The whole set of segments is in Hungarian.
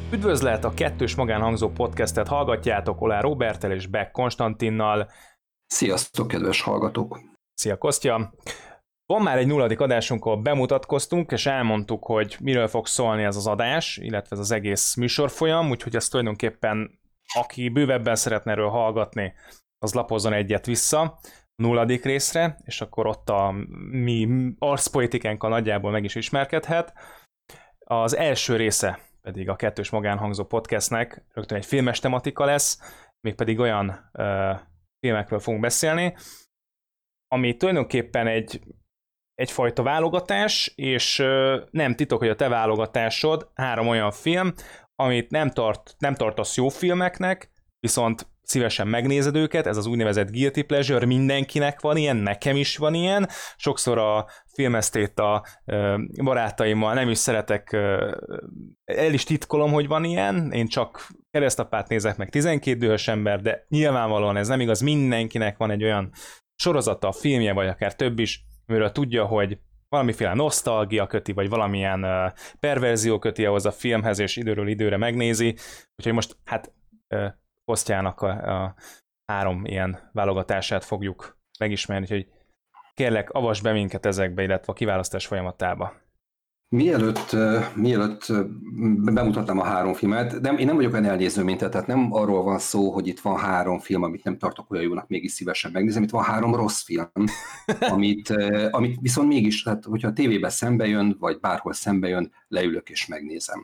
Üdvözlet, a Kettős Magánhangzó podcastet hallgatjátok Olá Róberttel és Beck Konstantinnal. Sziasztok, kedves hallgatók! Szia, Kostya! Van már egy nulladik adásunk, ahol bemutatkoztunk, és elmondtuk, hogy miről fog szólni ez az adás, illetve ez az egész műsorfolyam, úgyhogy ezt tulajdonképpen, aki bővebben szeretne erről hallgatni, az lapozzon egyet vissza nulladik részre, és akkor ott a mi arcpolitikánkkal nagyjából meg is ismerkedhet. Az első része pedig a Kettős Magánhangzó podcastnek rögtön egy filmes tematika lesz, mégpedig olyan filmekről fogunk beszélni, ami tulajdonképpen egyfajta válogatás, és nem titok, hogy a te válogatásod 3 olyan film, amit nem tartasz jó filmeknek, viszont szívesen megnézed őket, ez az úgynevezett guilty pleasure, mindenkinek van ilyen, nekem is van ilyen, sokszor a filmesztéta barátaimmal nem is szeretek, el is titkolom, hogy van ilyen, én csak Keresztapát nézek meg 12 dühös ember, de nyilvánvalóan ez nem igaz, mindenkinek van egy olyan sorozata, filmje, vagy akár több is, amiről tudja, hogy valamiféle nosztalgia köti, vagy valamilyen perverzió köti ahhoz a filmhez, és időről időre megnézi, úgyhogy most hát Kosztjának a 3 ilyen válogatását fogjuk megismerni, úgyhogy kérlek, avasd be minket ezekbe, illetve a kiválasztás folyamatába. Mielőtt bemutatnám a 3 filmet, de én nem vagyok olyan elnéző, mint te, tehát nem arról van szó, hogy itt van 3 film, amit nem tartok olyan jónak, mégis szívesen megnézem, itt van 3 rossz film, amit viszont mégis, hát, hogyha a tévében szembe jön, vagy bárhol szembe jön, leülök és megnézem.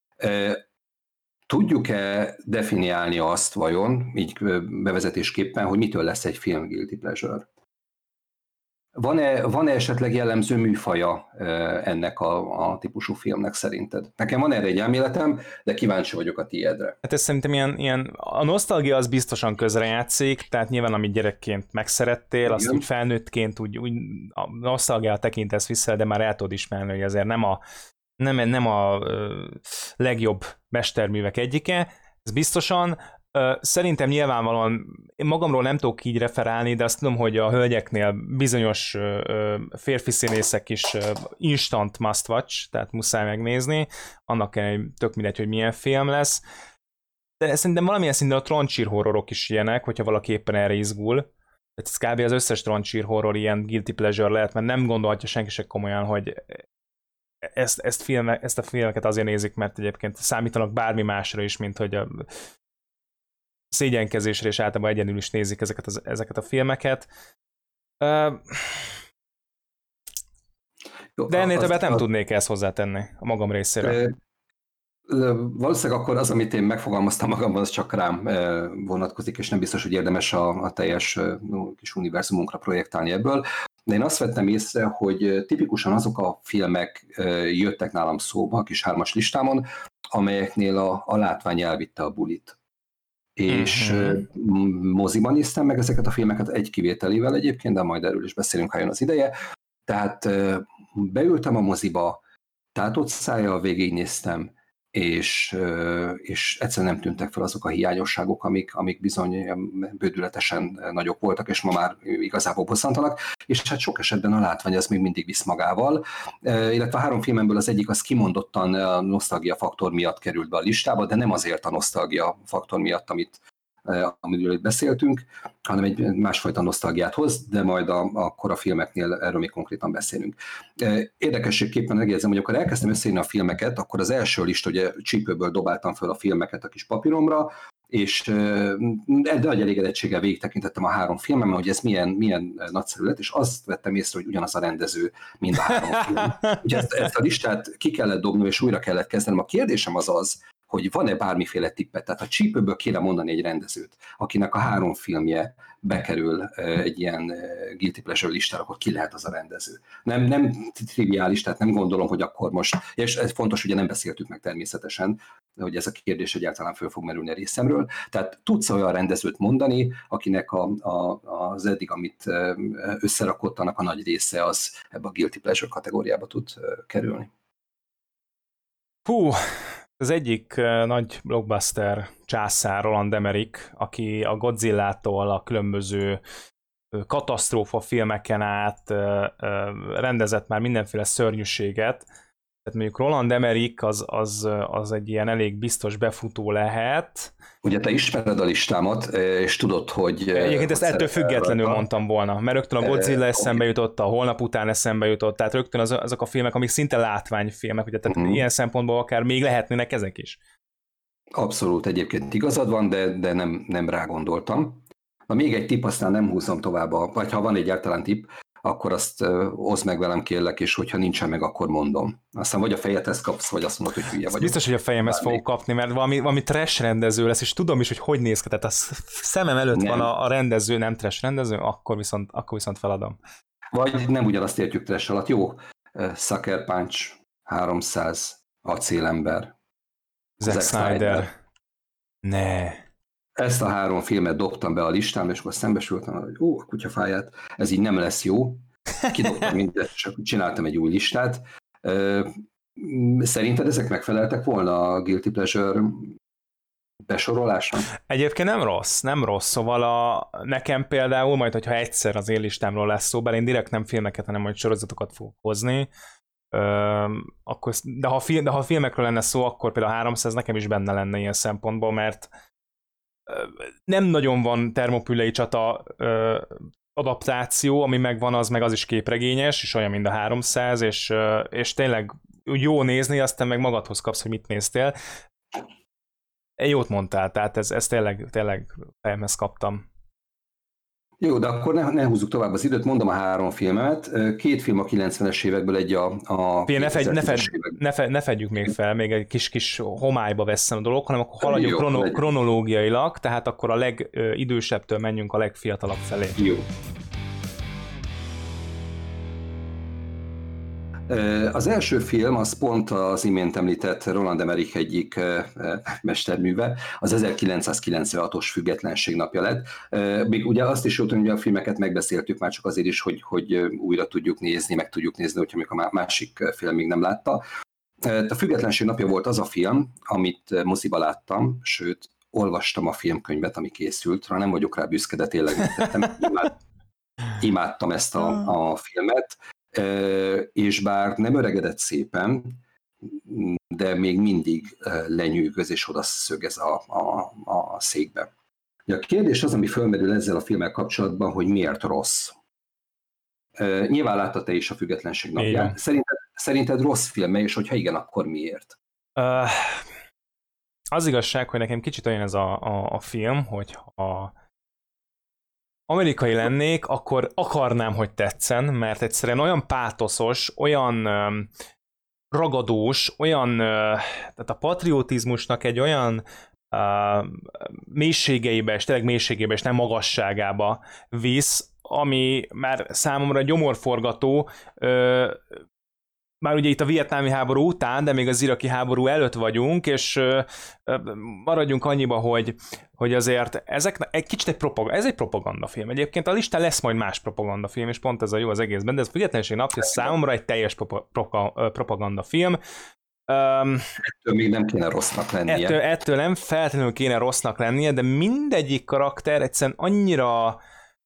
Tudjuk-e definiálni azt vajon, így bevezetésképpen, hogy mitől lesz egy film guilty pleasure? Van-e esetleg jellemző műfaja ennek a típusú filmnek szerinted? Nekem van erre egy elméletem, de kíváncsi vagyok a tiédre. Hát ez szerintem ilyen a nosztalgia az biztosan közrejátszik, tehát nyilván amit gyerekként megszerettél, igen, azt úgy felnőttként úgy a nosztalgiát tekintesz vissza, de már el tudod ismerni, hogy azért nem a legjobb mesterművek egyike, ez biztosan. Szerintem nyilvánvalóan én magamról nem tudok így referálni, de azt tudom, hogy a hölgyeknél bizonyos férfi színészek is instant must watch, tehát muszáj megnézni, annak tök mindegy, hogy milyen film lesz. De szerintem valamilyen szinten a troncsír horrorok is ilyenek, hogyha valaki éppen erre izgul. Tehát ez kb. Az összes troncsír horror ilyen guilty pleasure lehet, mert nem gondolhatja senki se komolyan, hogy ezt a filmeket azért nézik, mert egyébként számítanak bármi másra is, mint hogy a szégyenkezésre, és általában egyedül is nézik ezeket a filmeket. De ennél többet nem tudnék ezt hozzátenni a magam részéről. Valószínűleg akkor az, amit én megfogalmaztam magamban, az csak rám vonatkozik, és nem biztos, hogy érdemes a teljes kis univerzumunkra projektálni ebből. De én azt vettem észre, hogy tipikusan azok a filmek jöttek nálam szóba a kis 3-as listámon, amelyeknél a látvány elvitte a bulit. És moziban néztem meg ezeket a filmeket, egy kivételével egyébként, de majd erről is beszélünk, ha jön az ideje. Tehát beültem a moziba, tátott szájjal végignéztem, és egyszerűen nem tűntek fel azok a hiányosságok, amik bizony bődületesen nagyok voltak, és ma már igazából bosszantanak, és hát sok esetben a látvány az még mindig visz magával, illetve a 3 filmemből az egyik az kimondottan a nosztalgia faktor miatt került be a listába, de nem azért a nosztalgia faktor miatt, amiről itt beszéltünk, hanem egy másfajta nosztalgiát hoz, de majd akkor a filmeknél erről még konkrétan beszélünk. Érdekességképpen megjegyzem, hogy akkor elkezdtem összeírni a filmeket, akkor az első lista, ugye csípőből dobáltam föl a filmeket a kis papíromra, és de nagy elégedettséggel végigtekintettem a 3 filmem, hogy ez milyen nagyszerű lett, és azt vettem észre, hogy ugyanaz a rendező mind a 3 film. Úgyhogy ezt a listát ki kellett dobnom, és újra kellett kezdenem. A kérdésem az, hogy van-e bármiféle tippet, tehát a csípőből kéne mondani egy rendezőt, akinek a 3 filmje bekerül egy ilyen guilty pleasure listára, akkor ki lehet az a rendező. Nem triviális, tehát nem gondolom, hogy akkor most, és ez fontos, ugye nem beszéltük meg természetesen, hogy ez a kérdés egyáltalán föl fog merülni a részemről. Tehát tudsz olyan rendezőt mondani, akinek az eddig, amit összerakott, annak a nagy része az ebbe a guilty pleasure kategóriába tud kerülni? Hú, az egyik nagy blockbuster császár Roland Emmerich, aki a Godzillától a különböző katasztrófa filmeken át rendezett már mindenféle szörnyűséget, Tehát mondjuk Roland Emmerich az egy ilyen elég biztos befutó lehet. Ugye te ismered a listámat, és tudod, hogy... Egyébként ezt ettől függetlenül mondtam volna, mert rögtön a Godzilla eszembe jutott, a Holnap után eszembe jutott, tehát rögtön azok a filmek, amik szinte látványfilmek, ugye, tehát ilyen szempontból akár még lehetnének ezek is. Abszolút, egyébként igazad van, de nem rá gondoltam. Na még egy tipp, aztán nem húzom tovább, vagy ha van egyáltalán tipp, akkor azt oszd meg velem kérlek, és hogyha nincsen meg, akkor mondom. Aztán vagy a fejedhez kapsz, vagy azt mondod, hogy hülye vagyok. Biztos, hogy a fejemhez fogok kapni, mert valami trash rendező lesz, és tudom is, hogy néz ki. Tehát a szemem előtt van a rendező, nem trash rendező, akkor viszont feladom. Vagy nem ugyanazt értjük trash alatt. Jó, Sucker Punch, 300, Acélember, Zack Snyder. Ne. Ezt a 3 filmet dobtam be a listámba, és akkor szembesültem, hogy a kutyafáját, ez így nem lesz jó. Kidobtam mindet, csak csináltam egy új listát. Szerinted ezek megfeleltek volna a Guilty Pleasure besorolásnak? Egyébként nem rossz, szóval nekem például, majd hogyha egyszer az én listámról lesz szó, bár én direkt nem filmeket, hanem majd sorozatokat fogok hozni, de ha filmekről lenne szó, akkor például a 300 nekem is benne lenne ilyen szempontból, mert nem nagyon van Termopülei csata adaptáció, ami megvan, az meg az is képregényes, és olyan, mint a 300, és tényleg jó nézni, aztán meg magadhoz kapsz, hogy mit néztél. Jót mondtál, tehát ez tényleg fejemhez kaptam. Jó, de akkor ne húzzuk tovább az időt, mondom a 3 filmet. 2 film a 90-es évekből, egy a 2010-es évekből. Ne fedjük még fel, még egy kis homályba veszem a dolog, hanem akkor haladjunk kronológiailag, tehát akkor a legidősebbtől menjünk a legfiatalabb felé. Jó. Az első film az pont az imént említett Roland Emmerich egyik mesterműve, az 1996-os Függetlenség napja lett. Még ugye azt is jót, hogy a filmeket megbeszéltük már csak azért is, hogy újra tudjuk nézni, meg tudjuk nézni, hogyha még a másik film még nem látta. A Függetlenség napja volt az a film, amit moziba láttam, sőt, olvastam a filmkönyvet, ami készült, nem vagyok rá büszke, de tényleg imádtam ezt a filmet. És bár nem öregedett szépen, de még mindig lenyűgöz és oda szögez a székbe. A kérdés az, ami fölmerül ezzel a filmmel kapcsolatban, hogy miért rossz. Nyilván láttad te is a Függetlenség napját. Szerinted rossz film, és hogyha igen, akkor miért? Az igazság, hogy nekem kicsit olyan ez a film, hogy ha amerikai lennék, akkor akarnám, hogy tetszen, mert egyszerűen olyan pátoszos, olyan ragadós, olyan, tehát a patriotizmusnak egy olyan mélységeibe, és tényleg mélységeibe, és nem magasságába visz, ami már számomra gyomorforgató, már ugye itt a vietnámi háború után, de még az iraki háború előtt vagyunk, és maradjunk annyiba, hogy azért egy kicsit ez egy propagandafilm. Egyébként a listán lesz majd más propagandafilm, és pont ez a jó az egészben, de ez a Függetlenség napja számomra egy teljes propagandafilm. Ettől még nem kéne rossznak lennie. Ettől nem feltétlenül kéne rossznak lennie, de mindegyik karakter egyszerűen annyira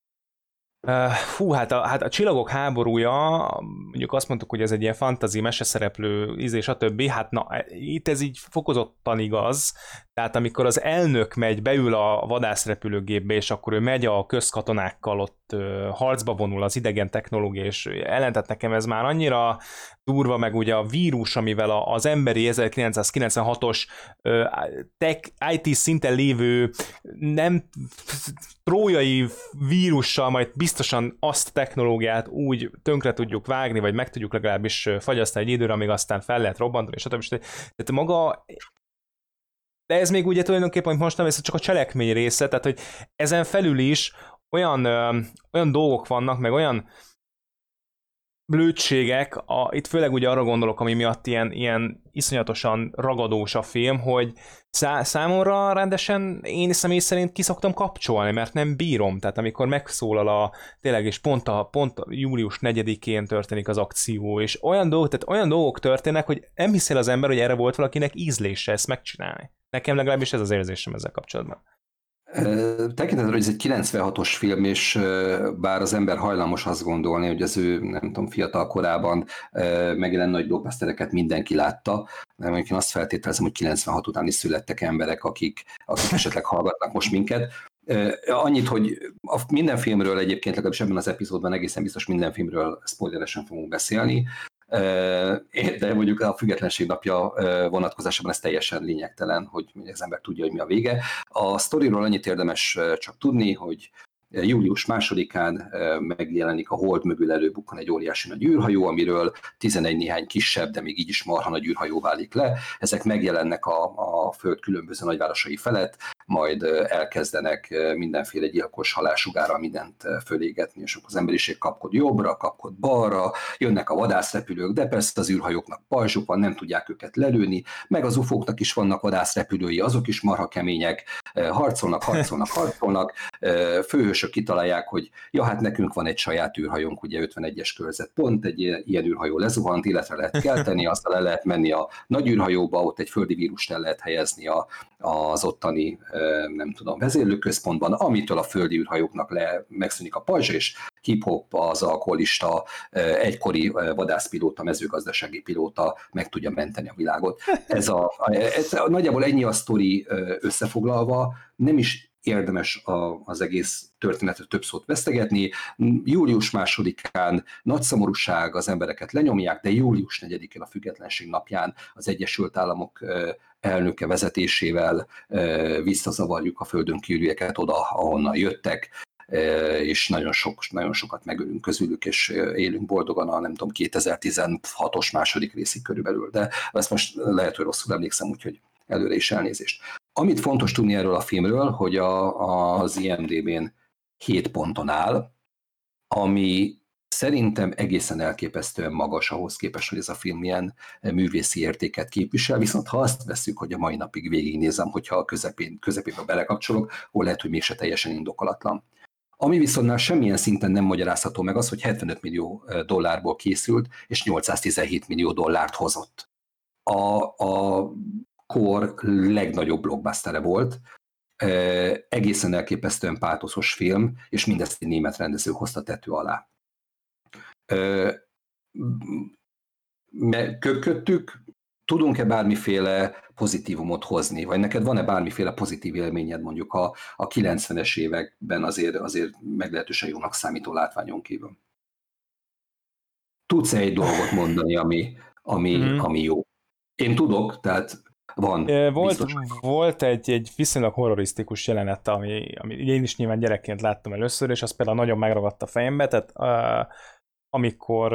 hát a Csillagok háborúja, mondjuk azt mondtuk, hogy ez egy ilyen fantasy meseszereplő és a többi, hát na, itt ez így fokozottan igaz, tehát amikor az elnök beül a vadászrepülőgépbe, és akkor ő megy a közkatonákkal, ott harcba vonul az idegen technológia, és ellentett nekem ez már annyira durva, meg ugye a vírus, amivel az emberi 1996-os IT szinten lévő nem trójai vírussal majd biztosan azt a technológiát úgy tönkre tudjuk vágni, vagy meg tudjuk legalábbis fagyasztani egy időre, amíg aztán fel lehet robbantani, és stb. Tehát maga, de ez még ugye tulajdonképpen, amit most nem, ez csak a cselekmény része, tehát hogy ezen felül is olyan dolgok vannak, meg olyan blödségek, itt főleg ugye arra gondolok, ami miatt ilyen iszonyatosan ragadós a film, hogy számomra rendesen én személy szerint ki szoktam kapcsolni, mert nem bírom, tehát amikor megszólal tényleg, és pont a július 4-én történik az akció, és olyan dolgok történnek, hogy nem hiszel az ember, hogy erre volt valakinek ízlése ezt megcsinálni. Nekem legalábbis ez az érzésem ezzel kapcsolatban. Tekintetben, hogy ez egy 96-os film, és bár az ember hajlamos azt gondolni, hogy az ő, nem tudom, fiatal korában megjelent nagy blockbustereket mindenki látta, de mondjuk én azt feltételezem, hogy 96 után is születtek emberek, akik esetleg hallgatnak most minket. Annyit, hogy minden filmről egyébként, legalábbis ebben az epizódban egészen biztos minden filmről spoileresen fogunk beszélni, de mondjuk a Függetlenség napja vonatkozásában ez teljesen lényegtelen, hogy az ember tudja, hogy mi a vége. A sztoriról annyit érdemes csak tudni, hogy július 2-án megjelenik a hold mögül, előbukkan egy óriási nagy űrhajó, amiről 11 néhány kisebb, de még így is marha nagy űrhajó válik le. Ezek megjelennek a Föld különböző nagyvárosai felett, majd elkezdenek mindenféle gyilkos halálsugárral mindent fölégetni, és akkor az emberiség kapkod jobbra, kapkod balra, jönnek a vadászrepülők, de persze az űrhajóknak pajzsuk van, nem tudják őket lelőni, meg az ufóknak is vannak vadászrepülői, azok is marha kemények, harcolnak, főhősök kitalálják, hogy ja, hát nekünk van egy saját űrhajónk, ugye 51-es körzet pont, egy ilyen űrhajó lezuhant, illetve lehet kelteni, aztán el lehet menni a nagy űrhajóba, ott egy földi vírust el lehet helyezni az ottani, nem tudom, vezérlőközpontban, amitől a földi űrhajóknak megszűnik a pajzs, és hip-hop, az alkoholista, egykori vadászpilóta, mezőgazdasági pilóta meg tudja menteni a világot. Ez nagyjából ennyi a sztori összefoglalva, nem is érdemes az egész történetet több szót vesztegetni. Július 2-án nagy szomorúság, az embereket lenyomják, de július 4-én a Függetlenség napján az Egyesült Államok elnöke vezetésével visszazavarjuk a földön kívülieket oda, ahonnan jöttek, és nagyon sokat megölünk közülük, és élünk boldogan a, nem tudom, 2016-os második részig körülbelül, de ezt most lehet, hogy rosszul emlékszem, úgyhogy előre is elnézést. Amit fontos tudni erről a filmről, hogy az IMDb-n 7 ponton áll, ami szerintem egészen elképesztően magas ahhoz képest, hogy ez a film milyen művészi értéket képvisel, viszont ha azt vesszük, hogy a mai napig végignézem, hogyha a közepébe belekapcsolok, akkor lehet, hogy mégse teljesen indokolatlan. Ami viszont semmilyen szinten nem magyarázható meg az, hogy 75 millió dollárból készült, és 817 millió dollárt hozott. A kor legnagyobb blockbustere volt, egészen elképesztően pátoszos film, és mindezt egy német rendező hozta tető alá. Köpködtük, tudunk-e bármiféle pozitívumot hozni, vagy neked van-e bármiféle pozitív élményed mondjuk a 90-es években azért meglehetősen jónak számító látványon kívül? Tudsz-e egy dolgot mondani, ami jó? Én tudok, tehát van. Volt egy viszonylag horrorisztikus jelenet, ami én is nyilván gyerekként láttam először, és az például nagyon megragadt a fejembe, tehát amikor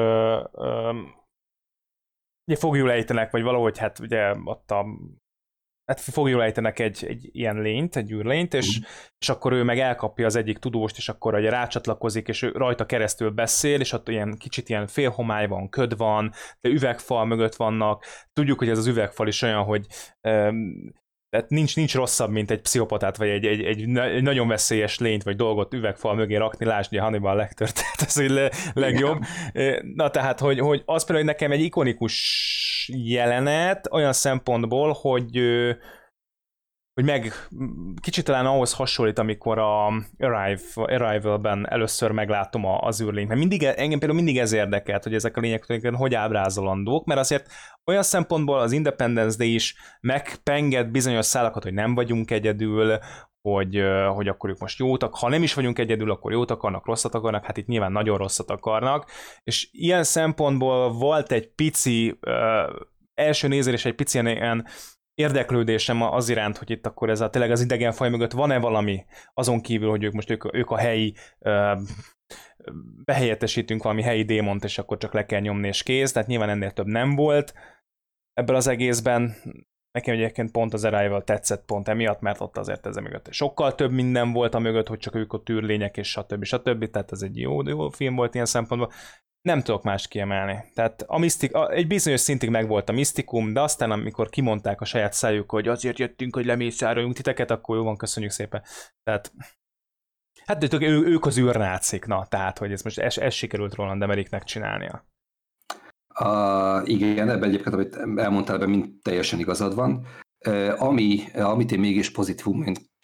ugye fogjul ejtenek, vagy valahogy hát ugye ott fogjul ejtenek egy ilyen lényt, egy űrlényt, és akkor ő meg elkapja az egyik tudóst, és akkor ugye rácsatlakozik, és ő rajta keresztül beszél, és ott ilyen kicsit ilyen félhomály van, köd van, de üvegfal mögött vannak. Tudjuk, hogy ez az üvegfal is olyan, hogy tehát nincs rosszabb, mint egy pszichopatát, vagy egy nagyon veszélyes lényt, vagy dolgot üvegfal mögé rakni, lásd, ugye Hannibal Lecter, tehát ez egy legjobb. Na tehát, hogy az például nekem egy ikonikus jelenet olyan szempontból, hogy meg kicsit talán ahhoz hasonlít, amikor a Arrival-ben először meglátom az űrlényt, mert engem például mindig ez érdekelt, hogy ezek a lények hogy ábrázolandók, mert azért olyan szempontból az Independence Day is megpenged bizonyos szálakat, hogy nem vagyunk egyedül, hogy akkor ők most jótak, ha nem is vagyunk egyedül, akkor jót akarnak, rosszat akarnak, hát itt nyilván nagyon rosszat akarnak, és ilyen szempontból volt egy pici, első nézés egy pici ilyen érdeklődésem az iránt, hogy itt akkor tényleg az idegenfaj mögött van-e valami azon kívül, hogy ők a helyi behelyettesítünk valami helyi démont, és akkor csak le kell nyomni és kész, tehát nyilván ennél több nem volt ebből az egészben. Nekem egyébként pont az Arrival tetszett pont emiatt, mert ott azért ez mögött sokkal több minden volt a mögött, hogy csak ők ott űrlények, és stb. Tehát ez egy jó film volt ilyen szempontból. Nem tudok más kiemelni. Tehát egy bizonyos szintig megvolt a misztikum, de aztán amikor kimondták a saját szájuk, hogy azért jöttünk, hogy lemészároljunk titeket, akkor jó van, köszönjük szépen. Tehát hát ők az űrnácik, tehát hogy ez sikerült Roland Emmerichnek csinálnia. Igen, ebben egyébként, amit elmondtál, ebben mind teljesen igazad van. Amit én mégis pozitívumként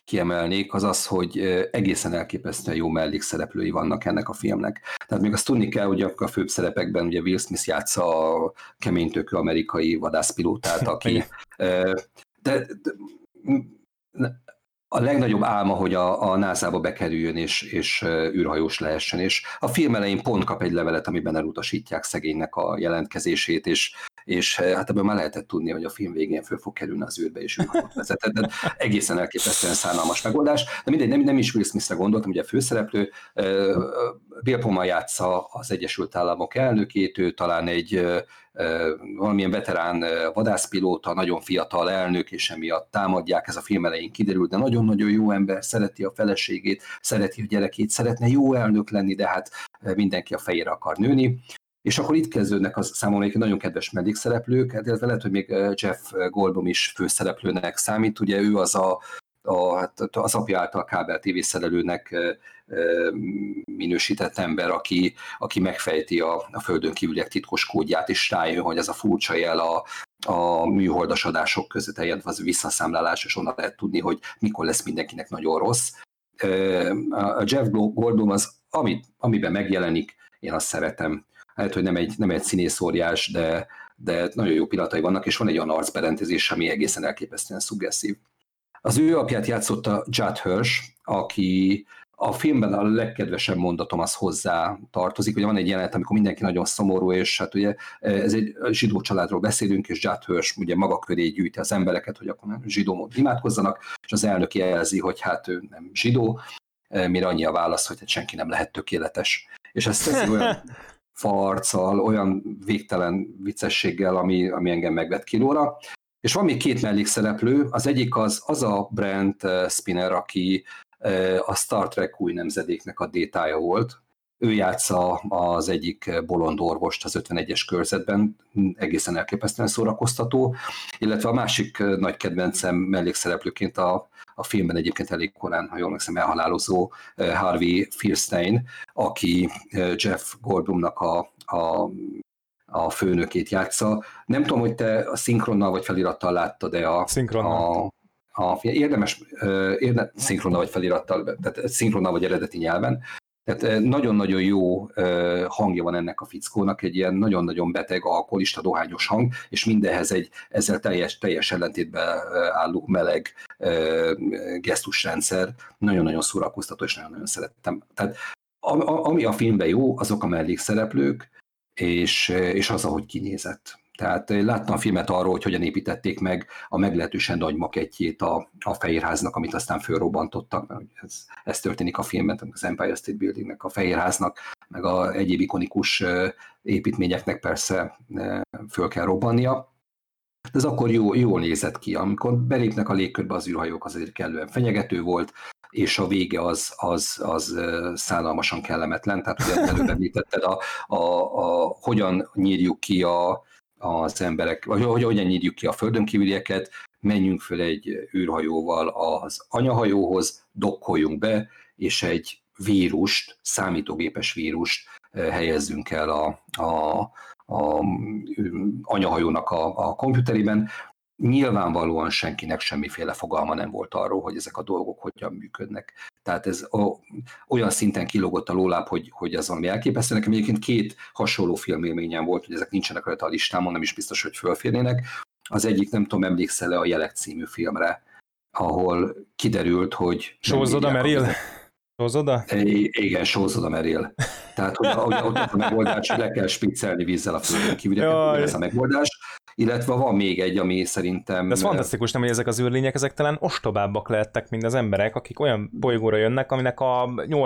kiemelnék, az az, hogy egészen elképesztően jó mellékszereplői vannak ennek a filmnek. Tehát még azt tudni kell, hogy a főbb szerepekben ugye Will Smith játsza a keménytökű amerikai vadászpilótát, aki de a legnagyobb álma, hogy a NASA-ba bekerüljön és űrhajós lehessen, és a film elején pont kap egy levelet, amiben elutasítják szegénynek a jelentkezését, és hát ebből már lehetett tudni, hogy a film végén föl fog kerülni az űrbe, és űrhajót vezetett. De egészen elképesztően szánalmas megoldás. De mindegy, nem is Will Smithre gondoltam, ugye a főszereplő, Bill Pullman játsza az Egyesült Államok elnökét, ő talán egy valamilyen veterán vadászpilóta, nagyon fiatal elnök, és emiatt támadják, ez a film elején kiderült, de nagyon-nagyon jó ember, szereti a feleségét, szereti a gyerekét, szeretne jó elnök lenni, de hát mindenki a fejére akar nőni. És akkor itt kezdődnek az számomra egy nagyon kedves mellékszereplők, illetve lehet, hogy még Jeff Goldblum is főszereplőnek számít, ugye ő az az apja által kábel TV szerelőnek minősített ember, aki megfejti a földön kívüliek titkos kódját, és rájön, hogy ez a furcsa jel a műholdas adások között eljön az visszaszámlálás, és onnan lehet tudni, hogy mikor lesz mindenkinek nagyon rossz. A Jeff Goldblum az, amiben megjelenik, én azt szeretem. Hát, hogy nem egy színészóriás, de nagyon jó pillanatai vannak, és van egy olyan arcberendezés, ami egészen elképesztően szuggesszív. Az ő apját játszotta Judd Hirsch, aki a filmben a legkedvesebb mondatom az hozzá tartozik. Ugye van egy jelenet, amikor mindenki nagyon szomorú, és hát ugye ez egy zsidó családról beszélünk, és Judd Hirsch ugye maga köré gyűjti az embereket, hogy akkor nem zsidó módon imádkozzanak, és az elnök jelzi, hogy hát ő nem zsidó, mire annyi a válasz, hogy hát senki nem lehet tökéletes. És ezt teszi olyan farccal, olyan végtelen viccességgel, ami engem megvett kilóra. És van még két mellékszereplő, az egyik az a Brent Spiner, aki a Star Trek új nemzedéknek a détája volt. Ő játsza az egyik bolond orvost az 51-es körzetben, egészen elképesztően szórakoztató, illetve a másik nagy kedvencem mellékszereplőként a filmben egyébként elég korán, ha jól megszem, elhalálozó Harvey Fierstein, aki Jeff Goldblumnak a főnökét játsza. Nem tudom, hogy te a szinkronnal vagy felirattal láttad, de érdemes szinkronnal vagy felirattal, tehát szinkronnal vagy eredeti nyelven. Tehát nagyon-nagyon jó hangja van ennek a fickónak, egy ilyen nagyon-nagyon beteg, alkoholista, dohányos hang, és mindenhez ezzel teljes ellentétben álló meleg gesztusrendszer. Nagyon-nagyon szórakoztató, és nagyon-nagyon szerettem. Tehát ami a filmben jó, azok a mellékszereplők, és az, ahogy kinézett. Tehát láttam a filmet arról, hogy hogyan építették meg a meglehetősen nagy makettjét a Fehérháznak, amit aztán fölrobbantottak, mert ez történik a filmben, az Empire State Buildingnek, a Fehérháznak, meg egyéb ikonikus építményeknek persze föl kell robbannia. De ez akkor jól nézett ki. Amikor belépnek a légkörbe az űrhajók, az azért kellően fenyegető volt, és a vége az szánalmasan kellemetlen. Tehát ugye előbb említetted, hogyan nyírjuk ki az emberek, vagy hogyan nyírjuk ki a földön kívülieket, menjünk föl egy űrhajóval az anyahajóhoz, dokkoljunk be, és egy vírust, számítógépes vírust helyezzünk el a anyahajónak a komputerében. Nyilvánvalóan senkinek semmiféle fogalma nem volt arról, hogy ezek a dolgok hogyan működnek. Tehát ez olyan szinten kilógott a lóláb, hogy ez valami elképesztő. Nekem egyébként két hasonló filmélményem volt, hogy ezek nincsenek rajta a listámon, nem is biztos, hogy fölférnének. Az egyik, nem tudom, emlékszel-e a Jelek című filmre, ahol kiderült, hogy... Sózod Meryl? Sózoda? Igen, sózod Meryl. Tehát ott a megoldás, hogy le kell spiccelni vízzel a földön kívülieket, ez a megoldás. Illetve van még egy, ami szerintem... De ez fantasztikus, nem, hogy ezek az űrlények, ezek talán ostobábbak lehettek, mint az emberek, akik olyan bolygóra jönnek, aminek a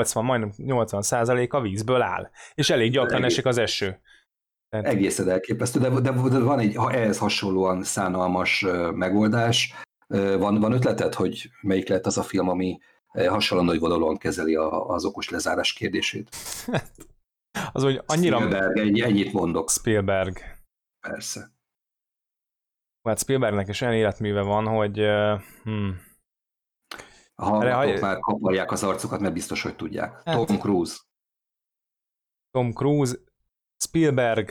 80% a vízből áll. És elég gyakran esik az eső. Tehát... Egészen elképesztő, de van egy ehhez hasonlóan szánalmas megoldás. Van ötleted, hogy melyik lehet az a film, ami hasonlóan nagy vonalon kezeli az okos lezárás kérdését? Az, hogy annyira... Spielberg, ennyit mondok. Spielberg. Persze. Hát Spielbergnek is olyan életműve van, hogy... A hallgatók már kaparják az arcukat, mert biztos, hogy tudják. Hát, Tom Cruise, Spielberg...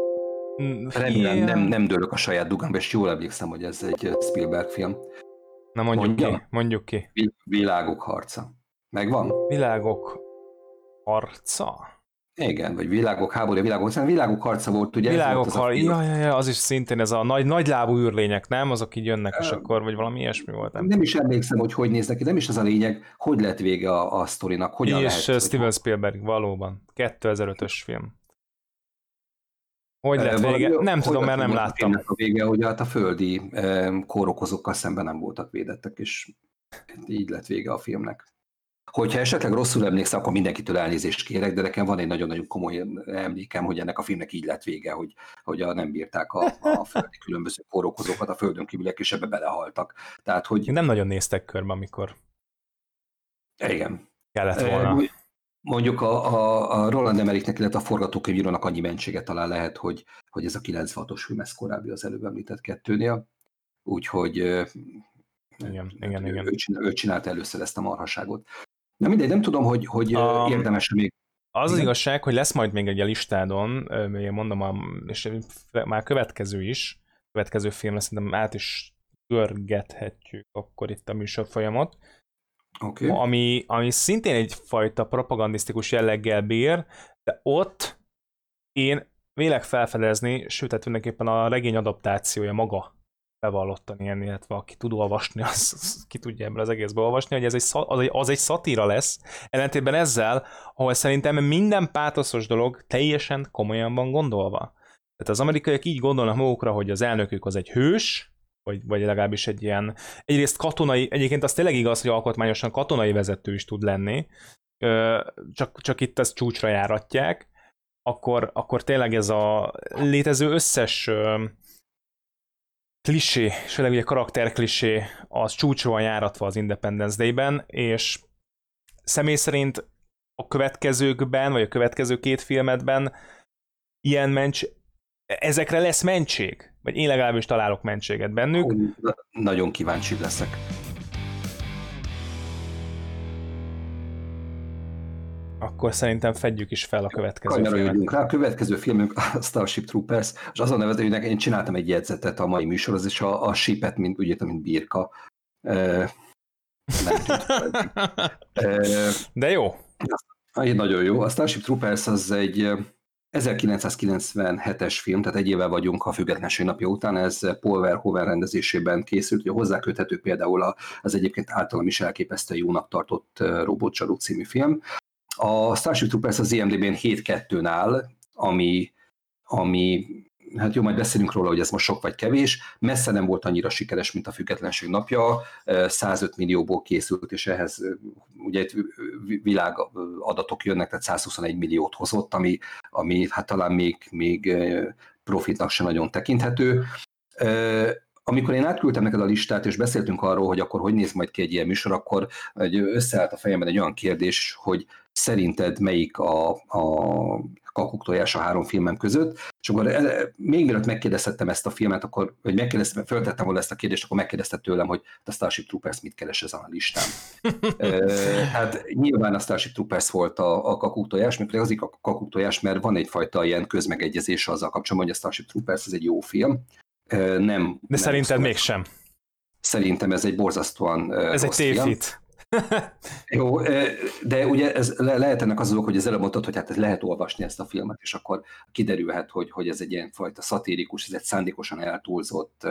Remélem nem dőlök a saját dugamba, és jól emlékszem, hogy ez egy Spielberg film. Na mondjuk Mondjam? ki, mondjuk ki. Világok harca. Megvan? Világok harca? Igen, vagy világok háborúja, világok harca volt, ugye ez volt Világok az a film. ja, az is szintén ez a nagy lábú űrlények, nem? Azok így jönnek, és akkor, vagy valami ilyesmi volt, nem Nem tudom. is emlékszem, hogy néznek ki, nem is az a lényeg, hogy lett vége a sztorinak, hogyan És lehet. Steven Spielberg, valóban. 2005-ös film. Hogy lett Valami, vége? Nem tudom, mert nem volt a láttam. filmnek a vége, hogy hát a földi kórokozókkal szemben nem voltak védettek, és így lett vége a filmnek. Hogyha esetleg rosszul emlékszem, akkor mindenkitől elnézést kérek, de nekem van egy nagyon-nagyon komoly emlékem, hogy ennek a filmnek így lett vége, hogy nem bírták a földi különböző kórokozókat, a földön kívüliek, és ebbe belehaltak. Tehát, hogy... Nem nagyon néztek körbe, amikor Igen. kellett volna. Mondjuk a Roland Emmerichnek, illetve a forgatókönyvírónak annyi mentséget talán lehet, hogy ez a 96-os film, ez korábbi az előbb említett kettőnél. Úgyhogy Igen. Ő csinálta először ezt a marhaságot. Na mindegy, nem tudom, hogy érdemes még... Az igen? Az igazság, hogy lesz majd még egy a listádon, én mondom, és már következő film lesz, szerintem át is görgethetjük akkor itt a műsorfolyamot. Okay. Ami szintén egyfajta propagandisztikus jelleggel bír, de ott én vélek felfedezni, sőt, tehát tulajdonképpen a regény adaptációja maga bevallottan ilyen, illetve aki tud olvasni, az ki tudja ebből az egészből olvasni, hogy ez az egy szatíra lesz, ellentétben ezzel, ahol szerintem minden pátoszos dolog teljesen komolyan van gondolva. Tehát az amerikaiak így gondolnak magukra, hogy az elnökük az egy hős, vagy legalábbis egy ilyen, egyrészt katonai, egyébként az tényleg igaz, hogy alkotmányosan katonai vezető is tud lenni, csak itt ezt csúcsra járatják, akkor tényleg ez a létező összes klisé, és főleg ugye karakterklisé, az csúcsra van járatva az Independence Day-ben, és személy szerint a következőkben, vagy a következő két filmedben ezekre lesz mentség? Vagy én legalábbis találok mentséget bennük. Nagyon kíváncsi leszek. Akkor szerintem fedjük is fel a következő filmet. Rá. A következő filmünk a Starship Troopers, és azon nevező, hogy én csináltam egy jegyzetet a mai műsorhoz, és a shipet, mint birka. De jó. Nagyon jó. A Starship Troopers az egy 1997-es film, tehát egy évvel vagyunk a függetlenség napja után, ez Paul Verhoeven rendezésében készült, hogy hozzáköthető például az egyébként általam is elképesztően jónak tartott Robotcsaló című film. A Starship Troopers az IMDb-n 7-2-n áll, ami hát jó, majd beszélünk róla, hogy ez most sok vagy kevés, messze nem volt annyira sikeres, mint a függetlenség napja, 105 millióból készült, és ehhez ugye világadatok jönnek, tehát 121 milliót hozott, ami hát talán még profitnak sem nagyon tekinthető. Amikor én átküldtem neked a listát, és beszéltünk arról, hogy akkor hogy néz majd ki egy ilyen műsor, akkor összeállt a fejemben egy olyan kérdés, hogy szerinted melyik a kakuktojás a három filmem között, és akkor még mielőtt megkérdezhettem ezt a filmet, akkor, vagy föltettem volna ezt a kérdést, akkor megkérdezted tőlem, hogy a Starship Troopers mit keres ezen a listán. Hát nyilván a Starship Troopers volt a kakuktojás, mert azért a kakuktojás, mert van egyfajta ilyen közmegegyezés azzal kapcsolatban, hogy a Starship Troopers ez egy jó film. De szerinted mégsem. Szerintem ez egy borzasztóan ez egy tévhit. Jó, de ugye ez lehet ennek az dolog, hogy az előbb mondtad, hogy hát lehet olvasni ezt a filmet, és akkor kiderülhet, hogy ez egy ilyen fajta szatirikus, ez egy szándékosan eltúlzott